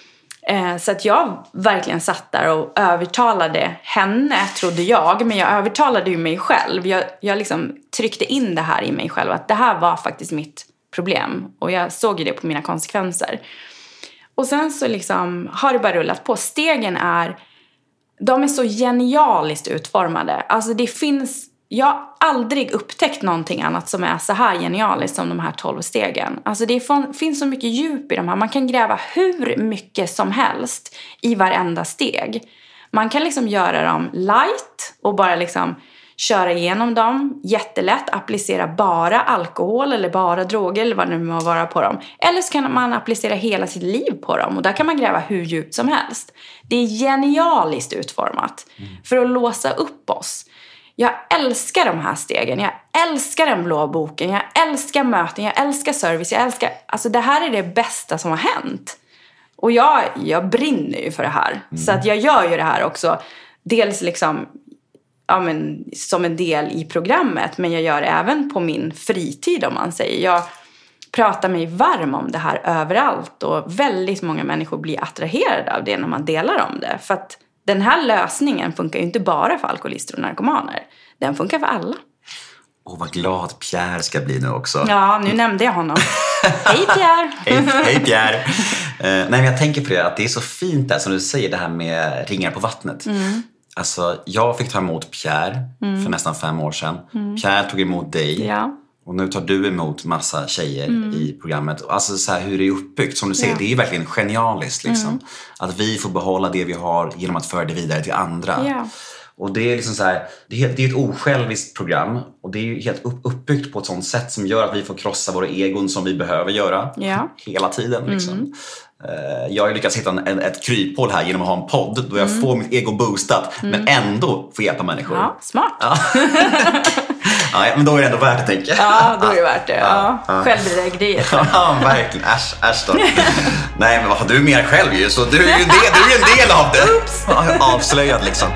Eh, så att jag verkligen satt där och övertalade henne, trodde jag. Men jag övertalade ju mig själv. Jag, jag liksom tryckte in det här i mig själv. Att det här var faktiskt mitt problem. Och jag såg ju det på mina konsekvenser. Och sen så liksom har det bara rullat på. Stegen är, de är så genialiskt utformade. Alltså det finns... Jag har aldrig upptäckt någonting annat som är så här genialiskt som de här tolv stegen. Alltså det finns så mycket djup i de här. Man kan gräva hur mycket som helst i varenda steg. Man kan liksom göra dem light och bara liksom köra igenom dem. Jättelätt, applicera bara alkohol eller bara droger eller vad det nu må vara på dem. Eller så kan man applicera hela sitt liv på dem och där kan man gräva hur djupt som helst. Det är genialiskt utformat mm. för att låsa upp oss. Jag älskar de här stegen. Jag älskar den blå boken. Jag älskar möten. Jag älskar service. Jag älskar... Alltså det här är det bästa som har hänt. Och jag, jag brinner ju för det här. Mm. Så att jag gör ju det här också. Dels liksom... Ja, men, som en del i programmet. Men jag gör det även på min fritid om man säger. Jag pratar mig varm om det här överallt. Och väldigt många människor blir attraherade av det när man delar om det. För att... Den här lösningen funkar ju inte bara för alkoholister och narkomaner. Den funkar för alla. Åh, vad glad Pierre ska bli nu också. Ja, nu nämnde jag honom. Hej Pierre! hej, hej Pierre! uh, nej, men jag tänker på det att det är så fint där som du säger, det här med ringar på vattnet. Mm. Alltså, jag fick ta emot Pierre mm. för nästan fem år sedan. Mm. Pierre tog emot dig. Ja. Och nu tar du emot massa tjejer mm. i programmet. Alltså så här, hur det är uppbyggt. Som du säger, ja. Det är verkligen genialiskt. Liksom. Mm. Att vi får behålla det vi har genom att föra det vidare till andra. Ja. Och det är liksom så här, det är, helt, det är ett osjälviskt program. Och det är ju helt upp, uppbyggt på ett sånt sätt som gör att vi får krossa våra egon som vi behöver göra. Ja. Hela tiden liksom. Mm. Jag har lyckats hitta en, ett kryphål här genom att ha en podd. Då jag mm. får mitt ego boostat. Mm. Men ändå får hjälpa människor. Ja, smart. Ja. Ja, men då är det ändå värt det, tänker jag. Ja, då är det värt det. Ja. Ja. Självbedrägeriet. Ja, verkligen. Äsch, äsch då. Nej, men vad, du är mer själv ju. Så du är ju en del, du är en del av det. Oops. Avslöjad liksom.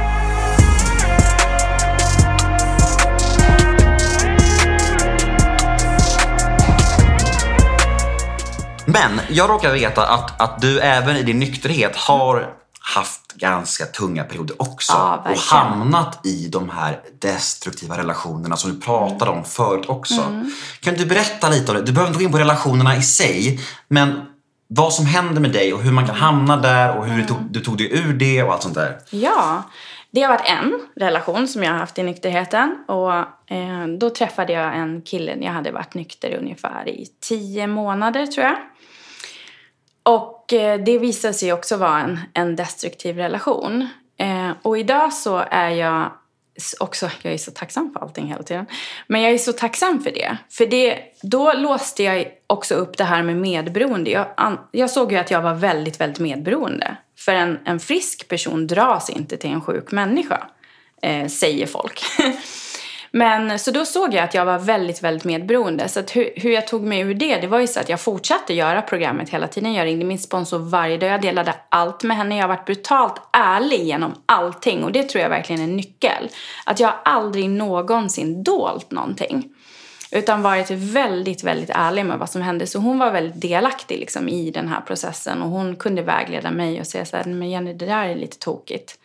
Men jag råkar veta att, att du även i din nykterhet har haft ganska tunga perioder också. Ja, och hamnat i de här destruktiva relationerna som du pratade om förut också. Mm. Kan du berätta lite om det? Du behöver inte gå in på relationerna i sig. Men vad som händer med dig och hur man kan hamna där och hur mm. du, tog, du tog dig ur det och allt sånt där. Ja, det har varit en relation som jag har haft i nykterheten. Och eh, då träffade jag en kille. Jag hade varit nykter ungefär i tio månader tror jag. Och eh, det visade sig också vara en, en destruktiv relation. Eh, och idag så är jag också, jag är så tacksam för allting hela tiden. Men jag är så tacksam för det. För det, då låste jag också upp det här med medberoende. Jag, an, jag såg ju att jag var väldigt, väldigt medberoende. För en, en frisk person dras inte till en sjuk människa, eh, säger folk. Men så då såg jag att jag var väldigt, väldigt medberoende. Så att hur, hur jag tog mig ur det, det var ju så att jag fortsatte göra programmet hela tiden. Jag ringde min sponsor varje dag, jag delade allt med henne. Jag har varit brutalt ärlig genom allting. Och det tror jag verkligen är en nyckel. Att jag aldrig någonsin dolt någonting. Utan varit väldigt, väldigt ärlig med vad som hände. Så hon var väldigt delaktig liksom, i den här processen. Och hon kunde vägleda mig och säga så här, men Jenny, det där är lite tokigt.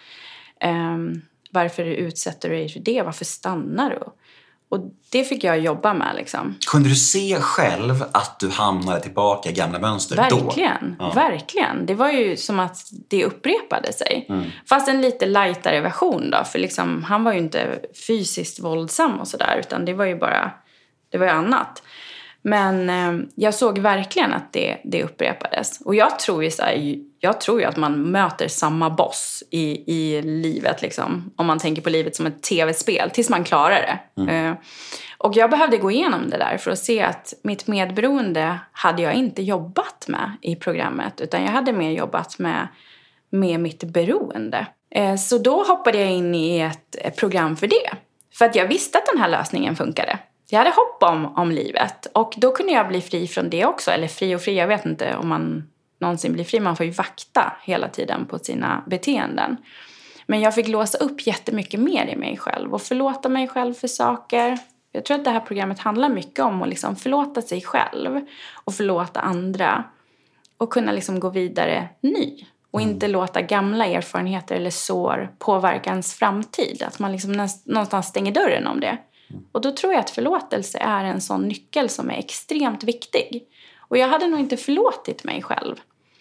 Um, varför utsätter du dig för det? Varför stannar du? Och det fick jag jobba med liksom. Kunde du se själv att du hamnade tillbaka i gamla mönster verkligen, då? Ja. Verkligen. Det var ju som att det upprepade sig. Mm. Fast en lite lightare version då. För liksom, han var ju inte fysiskt våldsam och sådär. Utan det var ju bara, det var ju annat. Men eh, jag såg verkligen att det, det upprepades. Och jag tror ju så här, jag tror ju att man möter samma boss i, i livet liksom. Om man tänker på livet som ett tv-spel. Tills man klarar det. Mm. Eh, och jag behövde gå igenom det där för att se att mitt medberoende hade jag inte jobbat med i programmet. Utan jag hade mer jobbat med, med mitt beroende. Eh, så då hoppade jag in i ett, ett program för det. För att jag visste att den här lösningen funkade. Jag hade hopp om, om livet. Och då kunde jag bli fri från det också. Eller fri och fri, jag vet inte om man någonsin blir fri. Man får ju vakta hela tiden på sina beteenden. Men jag fick låsa upp jättemycket mer i mig själv. Och förlåta mig själv för saker. Jag tror att det här programmet handlar mycket om att liksom förlåta sig själv. Och förlåta andra. Och kunna liksom gå vidare ny. Och inte låta gamla erfarenheter eller sår påverka ens framtid. Att man liksom någonstans stänger dörren om det. Och då tror jag att förlåtelse är en sån nyckel som är extremt viktig. Och jag hade nog inte förlåtit mig själv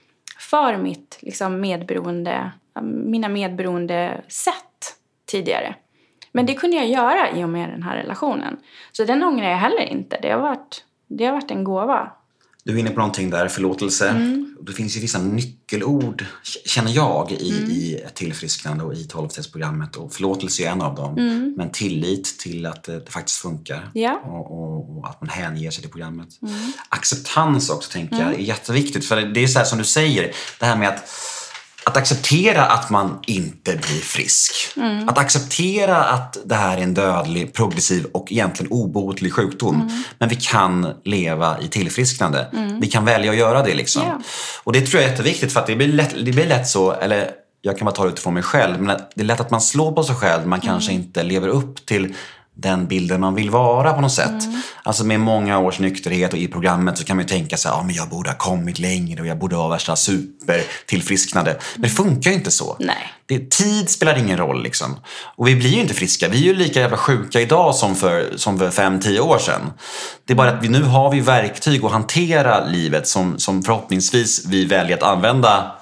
för mitt liksom, medberoende, mina medberoende sätt tidigare. Men det kunde jag göra i och med den här relationen. Så den ångrar jag heller inte. Det har varit, det har varit en gåva. Du är inne på någonting där, förlåtelse. Mm. Det finns ju vissa nyckelord, känner jag, i, mm. i tillfrisknande och i tolv-stegsprogrammet. Och förlåtelse är en av dem. Mm. Men tillit till att det, det faktiskt funkar. Ja. Och, och, och att man hänger sig till programmet. Mm. Acceptans också, tänker jag, är jätteviktigt. För det är så här som du säger, det här med att Att acceptera att man inte blir frisk. Mm. Att acceptera att det här är en dödlig, progressiv och egentligen obotlig sjukdom. Mm. Men vi kan leva i tillfrisknande. Mm. Vi kan välja att göra det liksom. Yeah. Och det tror jag är jätteviktigt, för att det blir lätt, det blir lätt så, eller jag kan bara ta det utifrån mig själv, men det är lätt att man slår på sig själv. Man kanske mm. inte lever upp till den bilden man vill vara på något sätt. Mm. Alltså med många års nykterhet och i programmet så kan man ju tänka sig, ja men jag borde ha kommit längre och jag borde vara värsta super tillfrisknande. Men det funkar ju inte så. Nej. Det, tid spelar ingen roll liksom. Och vi blir ju inte friska. Vi är ju lika jävla sjuka idag som för, som för fem, tio år sedan. Det är bara att vi nu har vi verktyg att hantera livet som, som förhoppningsvis vi väljer att använda.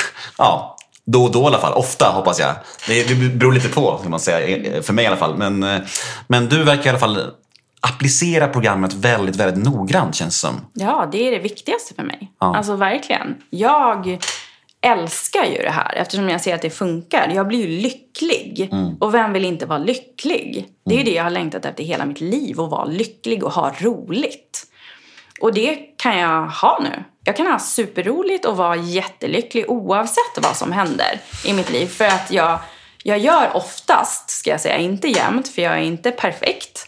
Ja, då och då i alla fall. Ofta, hoppas jag. Det, det beror lite på, kan man säga. För mig i alla fall. Men, men du verkar i alla fall applicera programmet väldigt, väldigt noggrant, känns som. Ja, det är det viktigaste för mig. Ja. Alltså verkligen. Jag älskar ju det här eftersom jag ser att det funkar. Jag blir ju lycklig. Mm. Och vem vill inte vara lycklig? Det är ju det jag har längtat efter hela mitt liv. Att vara lycklig och ha roligt. Och det kan jag ha nu. Jag kan ha superroligt och vara jättelycklig oavsett vad som händer i mitt liv. För att jag, jag gör oftast, ska jag säga, inte jämt, för jag är inte perfekt.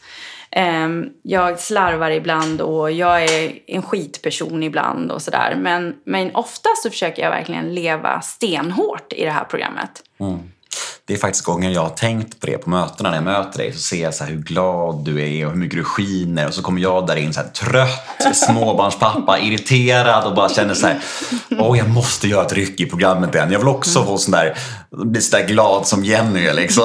Um, jag slarvar ibland och jag är en skitperson ibland och sådär. Men, men oftast så försöker jag verkligen leva stenhårt i det här programmet. Mm. Det är faktiskt gånger jag har tänkt på det på mötena. När jag möter dig så ser jag så här hur glad du är och hur mycket du skiner. Och så kommer jag där in så här trött, småbarnspappa, irriterad och bara känner så här, åh jag måste göra ett ryck i programmet igen. Jag vill också få sån där, bli så där glad som Jenny liksom.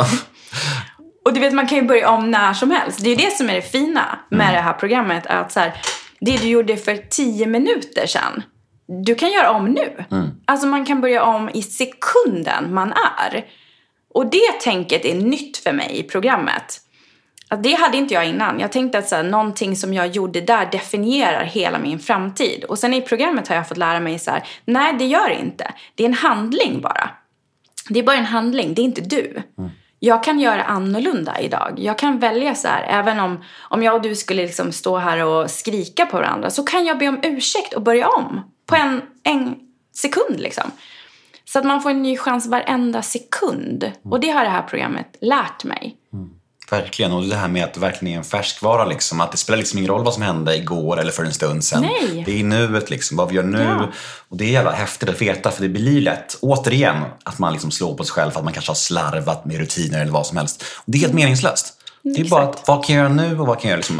Och du vet, man kan ju börja om när som helst. Det är ju det som är det fina med mm. det här programmet. Att så här, det du gjorde för tio minuter sedan, du kan göra om nu. Mm. Alltså man kan börja om i sekunden man är. Och det tänket är nytt för mig i programmet. Att det hade inte jag innan. Jag tänkte att så här, någonting som jag gjorde där definierar hela min framtid. Och sen i programmet har jag fått lära mig så här, nej det gör det inte. Det är en handling bara. Det är bara en handling, det är inte du. Mm. Jag kan göra annorlunda idag. Jag kan välja så här, även om, om jag och du skulle liksom stå här och skrika på varandra, så kan jag be om ursäkt och börja om på en, en sekund liksom. Så att man får en ny chans varenda sekund. Mm. Och det har det här programmet lärt mig. Mm. Verkligen, och det här med att det verkligen är en färskvara liksom. Att det spelar liksom ingen roll vad som hände igår eller för en stund sedan. Nej. Det är nuet liksom, vad vi gör nu. Ja. Och det är jävla häftigt att veta, för det blir lätt, återigen, att man liksom slår på sig själv för att man kanske har slarvat med rutiner eller vad som helst. Och det är helt meningslöst. Det är Exakt. bara att, vad kan jag göra nu och vad kan jag göra liksom, ja,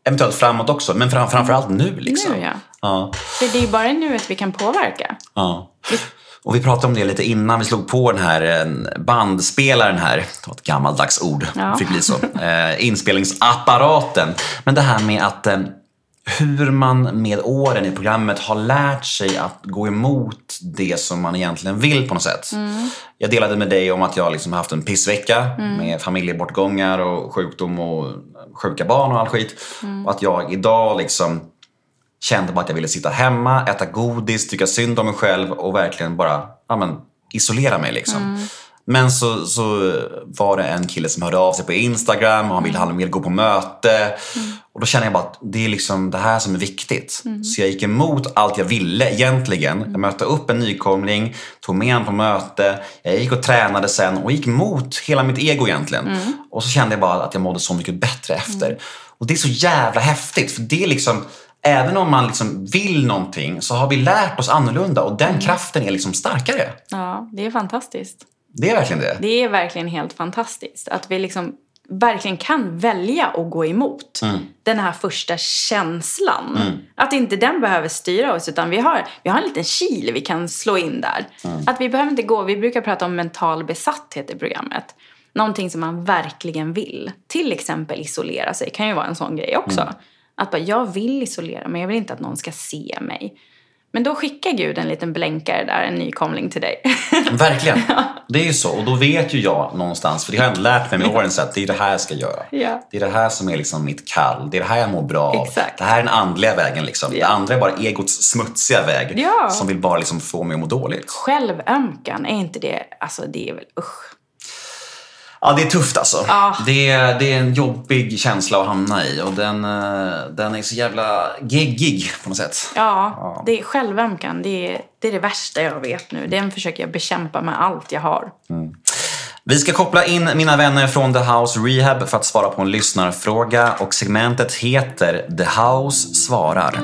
eventuellt framåt också. Men fram, framförallt nu liksom. Nu, ja. Ja. För det är ju bara nu att vi kan påverka. Ja. Och vi pratade om det lite innan vi slog på den här bandspelaren här. Det var ett gammaldags ord, Ja. fick bli så. Eh, inspelningsapparaten. Men det här med att eh, hur man med åren i programmet har lärt sig att gå emot det som man egentligen vill på något sätt. Mm. Jag delade med dig om att jag liksom haft en pissvecka mm. med familjebortgångar och sjukdom och sjuka barn och all skit. Mm. Och att jag idag liksom kände bara att jag ville sitta hemma, äta godis, tycka synd om mig själv och verkligen bara ja, men, isolera mig liksom. Mm. Men så, så var det en kille som hörde av sig på Instagram och han ville, han ville gå på möte. Mm. Och då kände jag bara att det är liksom det här som är viktigt. Mm. Så jag gick emot allt jag ville egentligen. Jag mötte upp en nykomling, tog med han på möte. Jag gick och tränade sen och gick emot hela mitt ego egentligen. Mm. Och så kände jag bara att jag mådde så mycket bättre efter. Mm. Och det är så jävla häftigt. För det är liksom, även om man liksom vill någonting så har vi lärt oss annorlunda. Och den mm. kraften är liksom starkare. Ja, det är fantastiskt. Det är verkligen det. Det är verkligen helt fantastiskt. Att vi liksom verkligen kan välja att gå emot mm. den här första känslan. Mm. Att inte den behöver styra oss, utan vi har, vi har en liten kil vi kan slå in där. Mm. Att vi behöver inte gå, vi brukar prata om mental besatthet i programmet. Någonting som man verkligen vill. Till exempel isolera sig kan ju vara en sån grej också. Mm. Att bara, jag vill isolera mig, jag vill inte att någon ska se mig. Men då skickar Gud en liten blänkare där, en nykomling till dig. Verkligen. Det är ju så. Och då vet ju jag någonstans, för det har jag ändå lärt mig med åren, så att det är det här jag ska göra. Ja. Det är det här som är liksom mitt kall. Det är det här jag mår bra av. Exakt. Det här är den andliga vägen liksom. Ja. Det andra är bara egots smutsiga väg. Ja. Som vill bara liksom få mig att må dåligt. Självömkan, är inte det, alltså det är väl usch. Ja, det är tufft alltså. Ah. Det, är, det är en jobbig känsla att hamna i. Och den, den är så jävla geggig på något sätt. Ja, ja. Det är självömkan. Det är, det är det värsta jag vet nu. Den försöker jag bekämpa med allt jag har. Mm. Vi ska koppla in mina vänner från The House Rehab för att svara på en lyssnarfråga. Och segmentet heter The House svarar.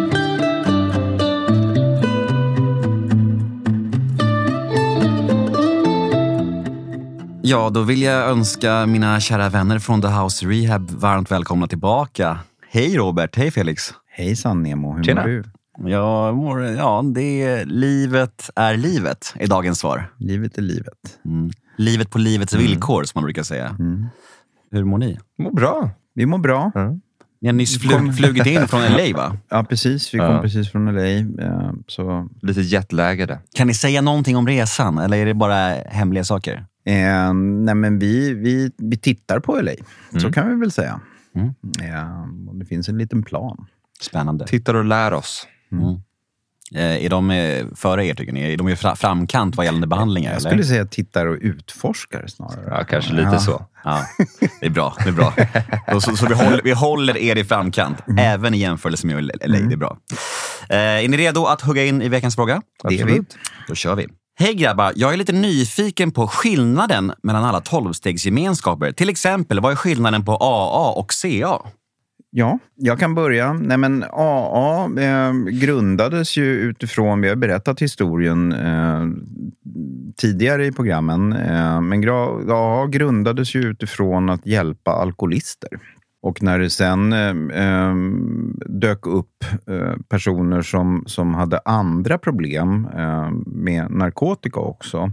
Ja, då vill jag önska mina kära vänner från The House Rehab varmt välkomna tillbaka. Hej Robert, hej Felix. Hejsan Nemo, hur Tjena. mår du? Jag mår, ja, det är, livet är livet, är dagens svar. Livet är livet. Mm. Livet på livets mm. villkor, som man brukar säga. Mm. Hur mår ni? Mår bra. Vi mår bra. Mm. Ni har nyss flug, flugit in från L A, va? Ja, precis. Vi kom ja. precis från L A. Så... Lite jetlaggade. Kan ni säga någonting om resan, eller är det bara hemliga saker? Eh, nej men vi, vi, vi tittar på L A, mm. så kan vi väl säga. Mm. Eh, och det finns en liten plan. Spännande. Tittar och lär oss. Mm. Eh, är de eh, före er, tycker ni? Är de ju fra, framkant vad gällande behandlingar? Jag eller? skulle säga tittar och utforskar snarare. Ja, kanske lite ja. så. Ja, det är bra. Det är bra. så så vi, håller, vi håller er i framkant, mm. även i jämförelse med L A. Mm. Det är bra. Eh, är ni redo att hugga in i veckans fråga? Det är vi. Då kör vi. Hej grabbar, jag är lite nyfiken på skillnaden mellan alla tolvstegsgemenskaper. Till exempel, vad är skillnaden på A A och C A? Ja, jag kan börja. Nej, men A A eh, grundades ju utifrån, vi har berättat historien eh, tidigare i programmen, eh, men A A grundades ju utifrån att hjälpa alkoholister. Och när det sen eh, dök upp eh, personer som, som hade andra problem eh, med narkotika också,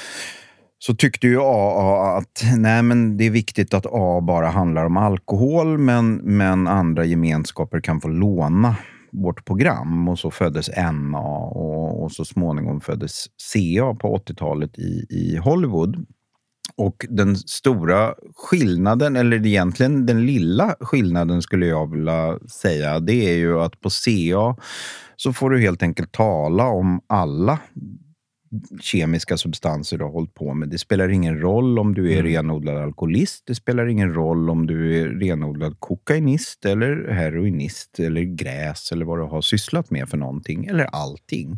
så tyckte ju A A att nej, men det är viktigt att A bara handlar om alkohol, men, men andra gemenskaper kan få låna vårt program. Och så föddes N A och, och så småningom föddes C A på åttiotalet i, i Hollywood. Och den stora skillnaden, eller egentligen den lilla skillnaden skulle jag vilja säga, det är ju att på C A så får du helt enkelt tala om alla kemiska substanser du har hållit på med. Det spelar ingen roll om du är mm. renodlad alkoholist, det spelar ingen roll om du är renodlad kokainist eller heroinist eller gräs eller vad du har sysslat med för någonting, eller allting.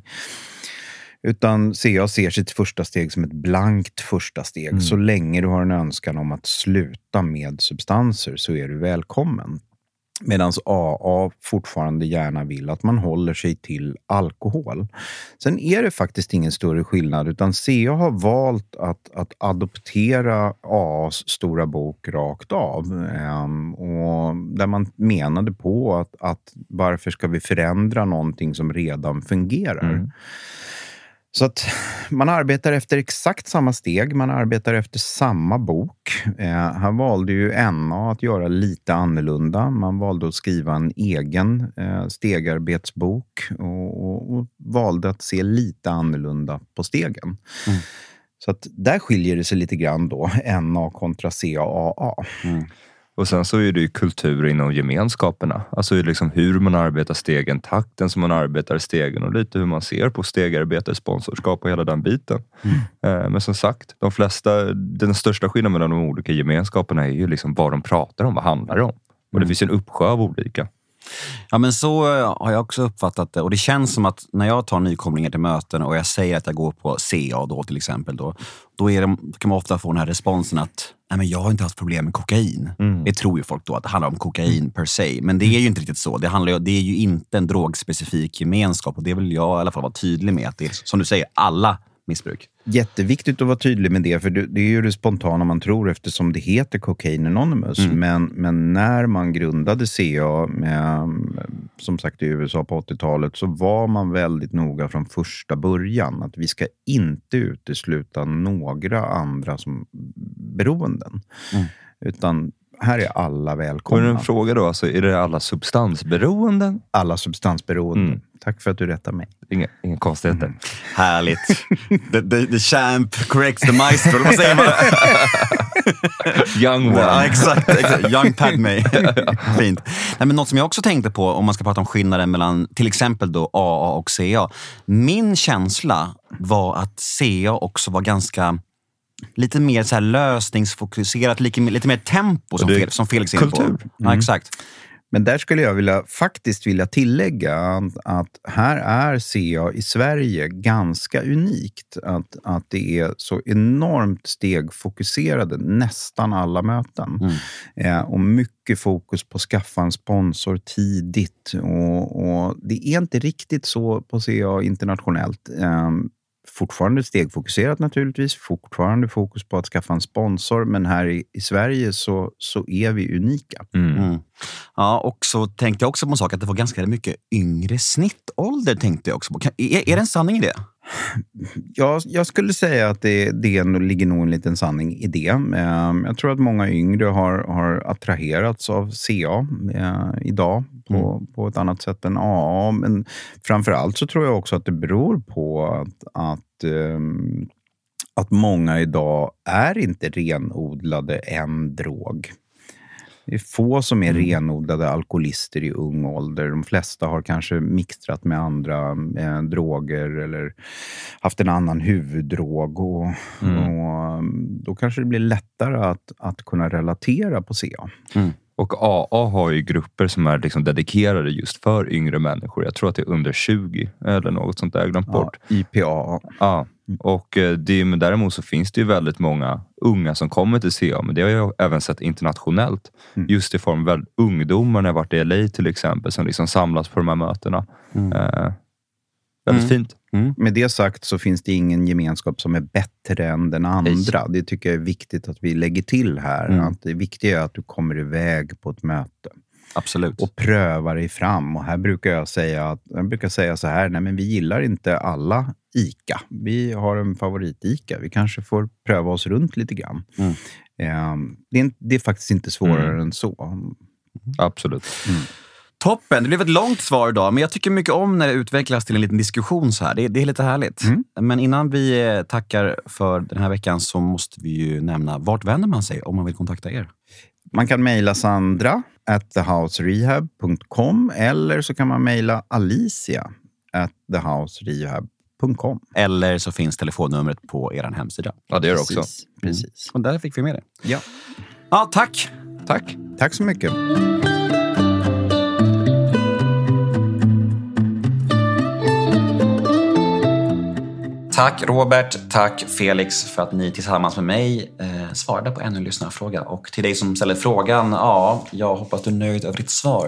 Utan C A ser sitt första steg som ett blankt första steg. Mm. Så länge du har en önskan om att sluta med substanser så är du välkommen. Medan A A fortfarande gärna vill att man håller sig till alkohol. Sen är det faktiskt ingen större skillnad, utan C A har valt att, att adoptera A A:s stora bok rakt av. Ehm, och där man menade på att, att varför ska vi förändra någonting som redan fungerar? Mm. Så att man arbetar efter exakt samma steg, man arbetar efter samma bok. Eh, här valde ju N A att göra lite annorlunda. Man valde att skriva en egen eh, stegarbetsbok och, och, och valde att se lite annorlunda på stegen. Mm. Så att där skiljer det sig lite grann då, N A kontra C A A. Mm. Och sen så är det ju kultur inom gemenskaperna. Alltså liksom hur man arbetar stegen, takten som man arbetar stegen och lite hur man ser på stegarbete, sponsorskap och hela den biten. Mm. Men som sagt, de flesta, den största skillnaden mellan de olika gemenskaperna är ju liksom vad de pratar om, vad handlar det om. Och det finns en uppsjö av olika. Ja, men så har jag också uppfattat det. Och det känns som att när jag tar nykomlingar till möten och jag säger att jag går på C A då till exempel, då, då är det, kan man ofta få den här responsen att nej, men jag har inte haft problem med kokain. Mm. Det tror ju folk då att det handlar om kokain per se. Men det är ju inte riktigt så. Det, handlar ju, det är ju inte en drogspecifik gemenskap. Och det vill jag i alla fall vara tydlig med. Att det är, som du säger, alla missbruk. Jätteviktigt att vara tydlig med det, för det är ju det spontana man tror eftersom det heter Cocaine Anonymous. Mm. Men, men när man grundade C A med, som sagt i U S A på åttiotalet, så var man väldigt noga från första början att vi ska inte utesluta några andra som beroenden. Mm. Utan här är alla välkomna. Och en fråga då, alltså, är det alla substansberoenden? Alla substansberoenden. Mm. Tack för att du rättar mig. Inga, inga konstigheter. Mm. Härligt. the, the, the champ corrects the maestro. Vad säger man? Young one. Ja, exakt, exakt. Young Padme. Fint. Nej, men något som jag också tänkte på om man ska prata om skillnaden mellan till exempel då A A och C A. Min känsla var att C A också var ganska lite mer så här lösningsfokuserat, lite, lite mer tempo som, Fel, som Felix är inne på. Mm. Ja, exakt. Men där skulle jag vilja, faktiskt vilja tillägga att, att här är C A i Sverige ganska unikt. Att, att det är så enormt stegfokuserade nästan alla möten. Mm. Eh, och mycket fokus på att skaffa en sponsor tidigt. Och, och det är inte riktigt så på C A internationellt. Eh, Fortfarande stegfokuserat naturligtvis, fortfarande fokus på att skaffa en sponsor, men här i, i Sverige så, så är vi unika. Mm. Mm. Ja, och så tänkte jag också på en sak att det var ganska mycket yngre snittålder tänkte jag också på. Kan, är, är det en sanning i det? Ja, jag skulle säga att det, det ligger nog en liten sanning i det. Jag tror att många yngre har, har attraherats av C A eh, idag på, mm. på ett annat sätt än A A. Men framförallt så tror jag också att det beror på att, att, eh, att många idag är inte renodlade en drog. Det är få som är mm. renodlade alkoholister i ung ålder. De flesta har kanske mixtrat med andra eh, droger eller haft en annan huvuddrog. Och, mm. och då kanske det blir lättare att, att kunna relatera på C A. Mm. Och A A har ju grupper som är liksom dedikerade just för yngre människor. Jag tror att det är under tjugo eller något sånt där, glömt bort. Ja, I P A. Ja, och det, men däremot så finns det ju väldigt många unga som kommer till C A. Men det har jag även sett internationellt. Mm. Just i form av ungdomar när jag varit i L A till exempel som liksom samlas på de här mötena. Mm. Eh, väldigt mm. fint. Mm. Med det sagt så finns det ingen gemenskap som är bättre än den andra. Hej. Det tycker jag är viktigt att vi lägger till här. Mm. Att det viktiga är att du kommer iväg på ett möte. Absolut. Och prövar dig fram. Och här brukar jag säga, att, jag brukar säga så här, nej men vi gillar inte alla ICA. Vi har en favorit-ICA. Vi kanske får pröva oss runt lite grann. Mm. Eh, det, är, det är faktiskt inte svårare mm. än så. Mm. Absolut. Mm. Toppen, det blev ett långt svar idag, men jag tycker mycket om när det utvecklas till en liten diskussion så här. Det, det är lite härligt. Mm. Men innan vi tackar för den här veckan så måste vi ju nämna, vart vänder man sig om man vill kontakta er? Man kan mejla Sandra at thehouserehab dot com eller så kan man mejla Alicia at thehouserehab dot com. Eller så finns telefonnumret på er hemsida. Ja, det gör det också. Precis. Precis. Mm. Och där fick vi med det. Ja. Ja, tack. Tack. Tack så mycket. Tack Robert, tack Felix för att ni tillsammans med mig eh, svarade på ännu en lyssnarfråga. Och till dig som ställer frågan, ja, jag hoppas du är nöjd över ditt svar.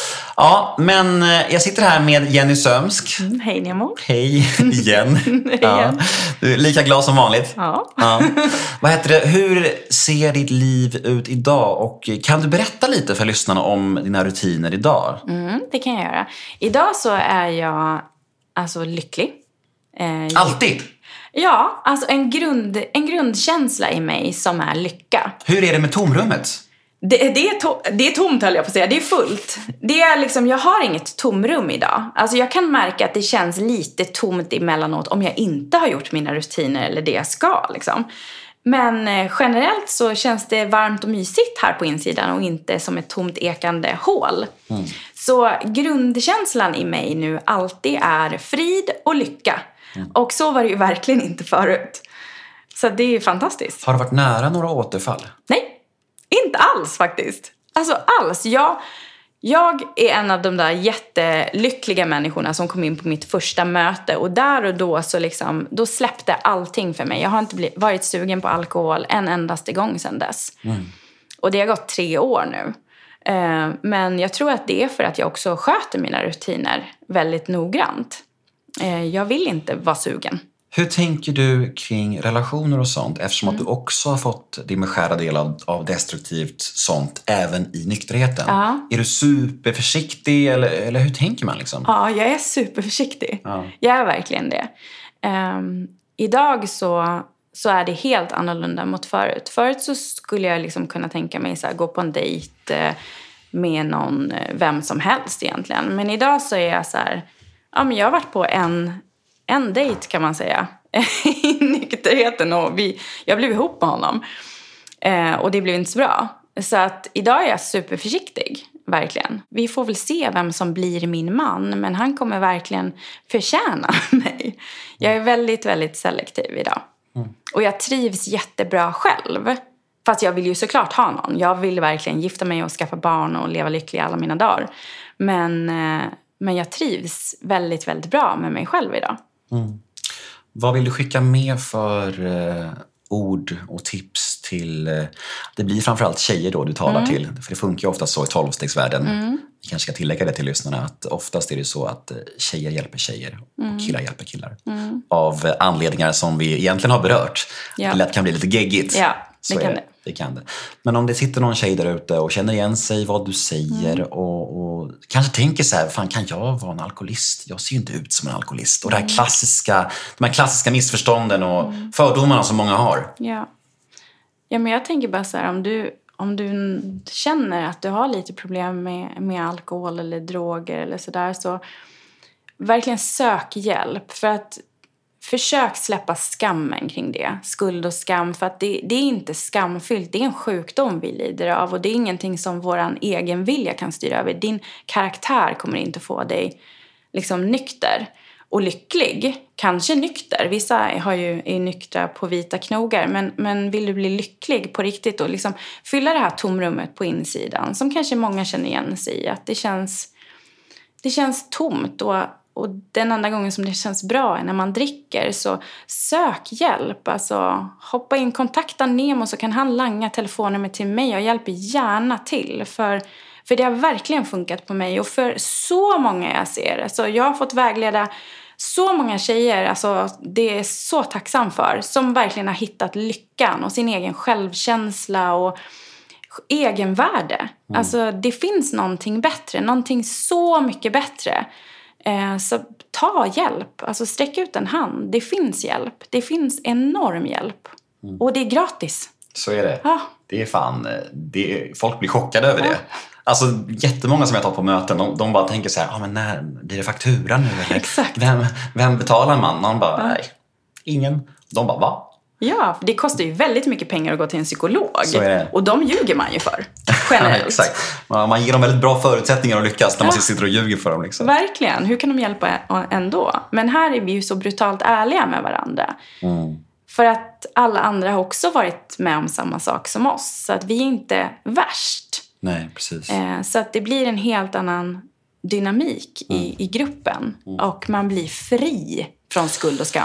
Ja, men eh, jag sitter här med Jenny Sömsk. Mm, hej Nemo. Hej igen. Hej ja. igen. Du är lika glad som vanligt. Ja. ja. Vad heter det? Hur ser ditt liv ut idag? Och kan du berätta lite för lyssnarna om dina rutiner idag? Mm, det kan jag göra. Idag så är jag alltså lycklig. Eh, Alltid? Ja, alltså en, grund, en grundkänsla i mig som är lycka. Hur är det med tomrummet? Det, det, är to, det är tomt, höll jag på att säga. Det är fullt. Det är liksom, jag har inget tomrum idag. Alltså jag kan märka att det känns lite tomt emellanåt om jag inte har gjort mina rutiner eller det jag ska. Liksom. Men eh, generellt så känns det varmt och mysigt här på insidan och inte som ett tomt ekande hål. Mm. Så grundkänslan i mig nu alltid är frid och lycka. Mm. Och så var det ju verkligen inte förut. Så det är ju fantastiskt. Har du varit nära några återfall? Nej, inte alls faktiskt. Alltså alls. Jag, jag är en av de där jättelyckliga människorna som kom in på mitt första möte. Och där och då så liksom, då släppte allting för mig. Jag har inte blivit, varit sugen på alkohol en endaste gång sedan dess. Mm. Och det har gått tre år nu. Uh, men jag tror att det är för att jag också sköter mina rutiner väldigt noggrant. Uh, jag vill inte vara sugen. Hur tänker du kring relationer och sånt? Eftersom mm. att du också har fått din beskärda del av, av destruktivt sånt även i nykterheten. Ja. Är du superförsiktig eller, eller hur tänker man liksom? Ja, jag är superförsiktig. Ja. Jag är verkligen det. Um, idag så, så är det helt annorlunda mot förut. Förut så skulle jag liksom kunna tänka mig så här, gå på en dejt med någon, vem som helst egentligen. Men idag så är jag så här, ja men jag har varit på en... En dejt kan man säga i nykterheten och vi, jag blev ihop med honom eh, och det blev inte så bra. Så att idag är jag superförsiktig, verkligen. Vi får väl se vem som blir min man, men han kommer verkligen förtjäna mig. Jag är väldigt, väldigt selektiv idag. Mm. Och jag trivs jättebra själv. Fast jag vill ju såklart ha någon. Jag vill verkligen gifta mig och skaffa barn och leva lycklig alla mina dagar. Men, eh, men jag trivs väldigt, väldigt bra med mig själv idag. Mm. Vad vill du skicka med för eh, ord och tips till, eh, det blir framförallt tjejer då du talar mm. till, för det funkar ju ofta så i tolvstegsvärlden. Mm. Vi kanske ska tillägga det till lyssnarna att oftast är det så att tjejer hjälper tjejer mm. och killar hjälper killar. Mm. Av anledningar som vi egentligen har berört. Ja. Det lätt kan bli lite geggigt. Ja, det så kan det. det. Det kan det. Men om det sitter någon tjej där ute och känner igen sig vad du säger mm. och, och kanske tänker så här, fan kan jag vara en alkoholist? Jag ser ju inte ut som en alkoholist. Och det här klassiska, de här klassiska missförstånden och mm. fördomarna som många har. Ja. Ja, men jag tänker bara så här, om du, om du känner att du har lite problem med, med alkohol eller droger eller sådär, så verkligen sök hjälp. För att försök släppa skammen kring det. Skuld och skam. För att det, det är inte skamfyllt. Det är en sjukdom vi lider av. Och det är ingenting som våran egen vilja kan styra över. Din karaktär kommer inte få dig liksom nykter och lycklig. Kanske nykter. Vissa har ju, är nyktra på vita knogar. Men, men vill du bli lycklig på riktigt och liksom fylla det här tomrummet på insidan. Som kanske många känner igen sig i. Att det känns, det känns tomt och Och den enda gången som det känns bra är när man dricker. Så sök hjälp. Alltså, hoppa in, kontakta Nemo så kan han langa telefonnummer till mig. Jag hjälper gärna till. För, för det har verkligen funkat på mig. Och för så många jag ser. Så jag har fått vägleda så många tjejer. Alltså, det är så tacksam för. Som verkligen har hittat lyckan och sin egen självkänsla och egenvärde. Mm. Alltså, det finns någonting bättre. Någonting så mycket bättre. Så ta hjälp, alltså sträck ut en hand. Det finns hjälp, det finns enorm hjälp. Mm. Och det är gratis. Så är det. Ja. Det är fan, det är, folk blir chockade över ja. det. Alltså jättemånga som jag tar på möten, de, de bara tänker så här, ah, men när blir det faktura nu? Eller? Exakt. Vem, vem betalar man? Man bara, ja. nej, ingen. De bara, va? Ja, det kostar ju väldigt mycket pengar att gå till en psykolog. Så är det. Och de ljuger man ju för, generellt. Exakt. Man ger dem väldigt bra förutsättningar att lyckas när man ja. sitter och ljuger för dem. Liksom. Verkligen. Hur kan de hjälpa ändå? Men här är vi ju så brutalt ärliga med varandra. Mm. För att alla andra har också varit med om samma sak som oss. Så att vi är inte värst. Nej, precis. Eh, så att det blir en helt annan dynamik mm. i, i gruppen. Mm. Och man blir fri från skuld och skam.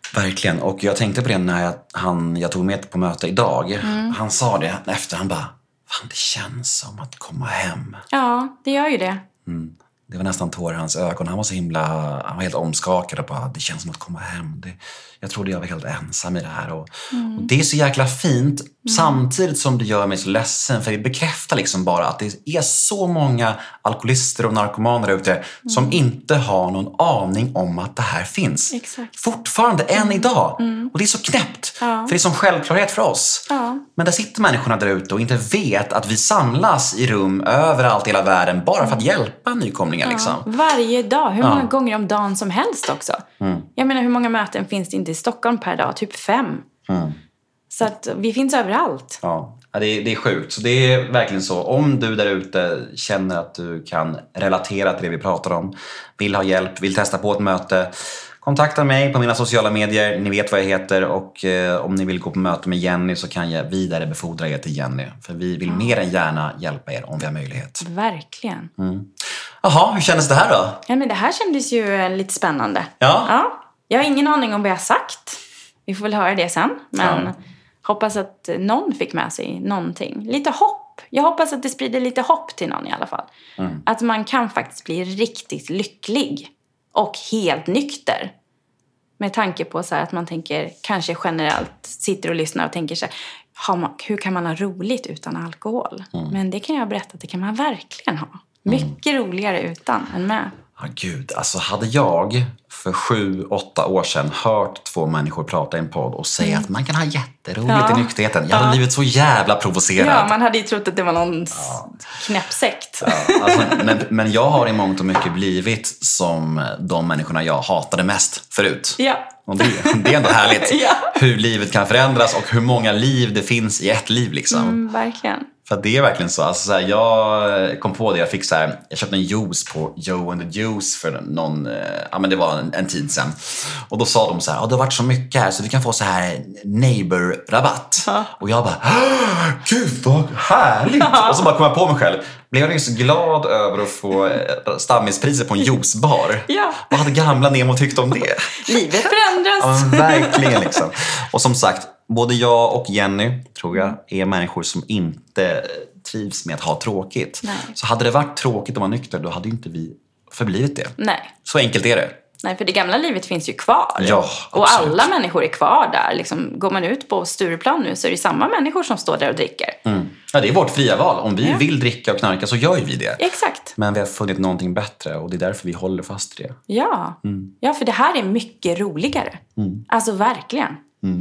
Verkligen. Och jag tänkte på det när jag, han, jag tog med på möte idag. Mm. Han sa det efter, han bara, fan det känns som att komma hem. Ja, det gör ju det. Mm. Det var nästan tår i hans ögon. Han var så himla, han var helt omskakad och bara, det känns som att komma hem. Det, jag trodde jag var helt ensam i det här. Och, mm. och det är så jäkla fint, mm. samtidigt som det gör mig så ledsen. För det bekräftar liksom bara att det är så många alkoholister och narkomaner ute mm. som inte har någon aning om att det här finns. Exakt. Fortfarande, än mm. idag. Mm. Och det är så knäppt, ja. för det är som självklarhet för oss. Ja. Men där sitter människorna där ute och inte vet att vi samlas i rum överallt i hela världen bara för att hjälpa nykomlingar. Ja. Liksom. Varje dag, hur många ja. gånger om dagen som helst också. Mm. Jag menar, hur många möten finns det inte i Stockholm per dag? Typ fem. Mm. Så att vi finns överallt. Ja, det är, det är sjukt. Så det är verkligen så. Om du där ute känner att du kan relatera till det vi pratar om, vill ha hjälp, vill testa på ett möte, kontakta mig på mina sociala medier. Ni vet vad jag heter. Och eh, om ni vill gå på möte med Jenny så kan jag vidare befordra er till Jenny. För vi vill ja. mer än gärna hjälpa er om vi har möjlighet. Verkligen. Mm. Jaha, hur kändes det här då? Ja, men det här kändes ju lite spännande. Ja. ja. Jag har ingen aning om vad jag har sagt. Vi får väl höra det sen. Men ja. hoppas att någon fick med sig någonting. Lite hopp. Jag hoppas att det sprider lite hopp till någon i alla fall. Mm. Att man kan faktiskt bli riktigt lycklig. Och helt nykter. Med tanke på så här att man tänker, kanske generellt sitter och lyssnar och tänker så här, hur kan man ha roligt utan alkohol? Mm. Men det kan jag berätta att det kan man verkligen ha. Mycket mm. roligare utan än med. Ja, gud. Alltså hade jag för sju, åtta år sedan hört två människor prata i en podd och säga mm. att man kan ha jätteroligt ja. i nykterheten. Jag hade ja. blivit så jävla provocerad. Ja, man hade ju trott att det var någon ja. knäppsekt. Ja, alltså, men, men jag har i mångt och mycket blivit som de människorna jag hatade mest förut. Ja. Och det, det är ändå härligt ja. hur livet kan förändras och hur många liv det finns i ett liv liksom. Mm, verkligen. För det är verkligen så. Alltså, så här, jag kom på det. Jag fick så här, jag köpte en juice på Joe and the Juice för någon, ja men det var en, en tid sedan. Och då sa de så här, ja, det har varit så mycket här så vi kan få så här neighbor-rabatt. Ja. Och jag bara, gud vad härligt. Ja. Och så bara kom jag på mig själv. Blev jag så glad över att få stammispriser på en juicebar. Ja. Vad hade gamla Nemo tyckt om det? Livet förändras. Ja, men verkligen liksom. Och som sagt, både jag och Jenny, tror jag, är människor som inte trivs med att ha tråkigt. Nej. Så hade det varit tråkigt att vara nykter, då hade inte vi förblivit det. Nej. Så enkelt är det. Nej, för det gamla livet finns ju kvar. Ja, och alla människor är kvar där. Liksom, går man ut på Stureplan nu så är det samma människor som står där och dricker. Mm. Ja, det är vårt fria val. Om vi ja. vill dricka och knarka så gör vi det. Exakt. Men vi har funnit någonting bättre och det är därför vi håller fast i det. Ja, mm. ja för det här är mycket roligare. Mm. Alltså verkligen. Mm.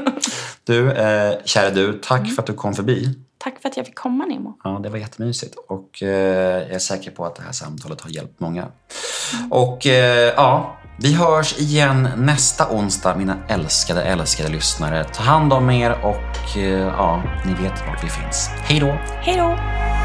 Du, eh, kära du, tack mm. för att du kom förbi. Tack för att jag fick komma, Nemo. Ja, det var jättemysigt. Och eh, jag är säker på att det här samtalet har hjälpt många. Mm. Och eh, ja, vi hörs igen nästa onsdag, mina älskade, älskade lyssnare. Ta hand om er och eh, ja, ni vet vart vi finns. Hej då! Hej då!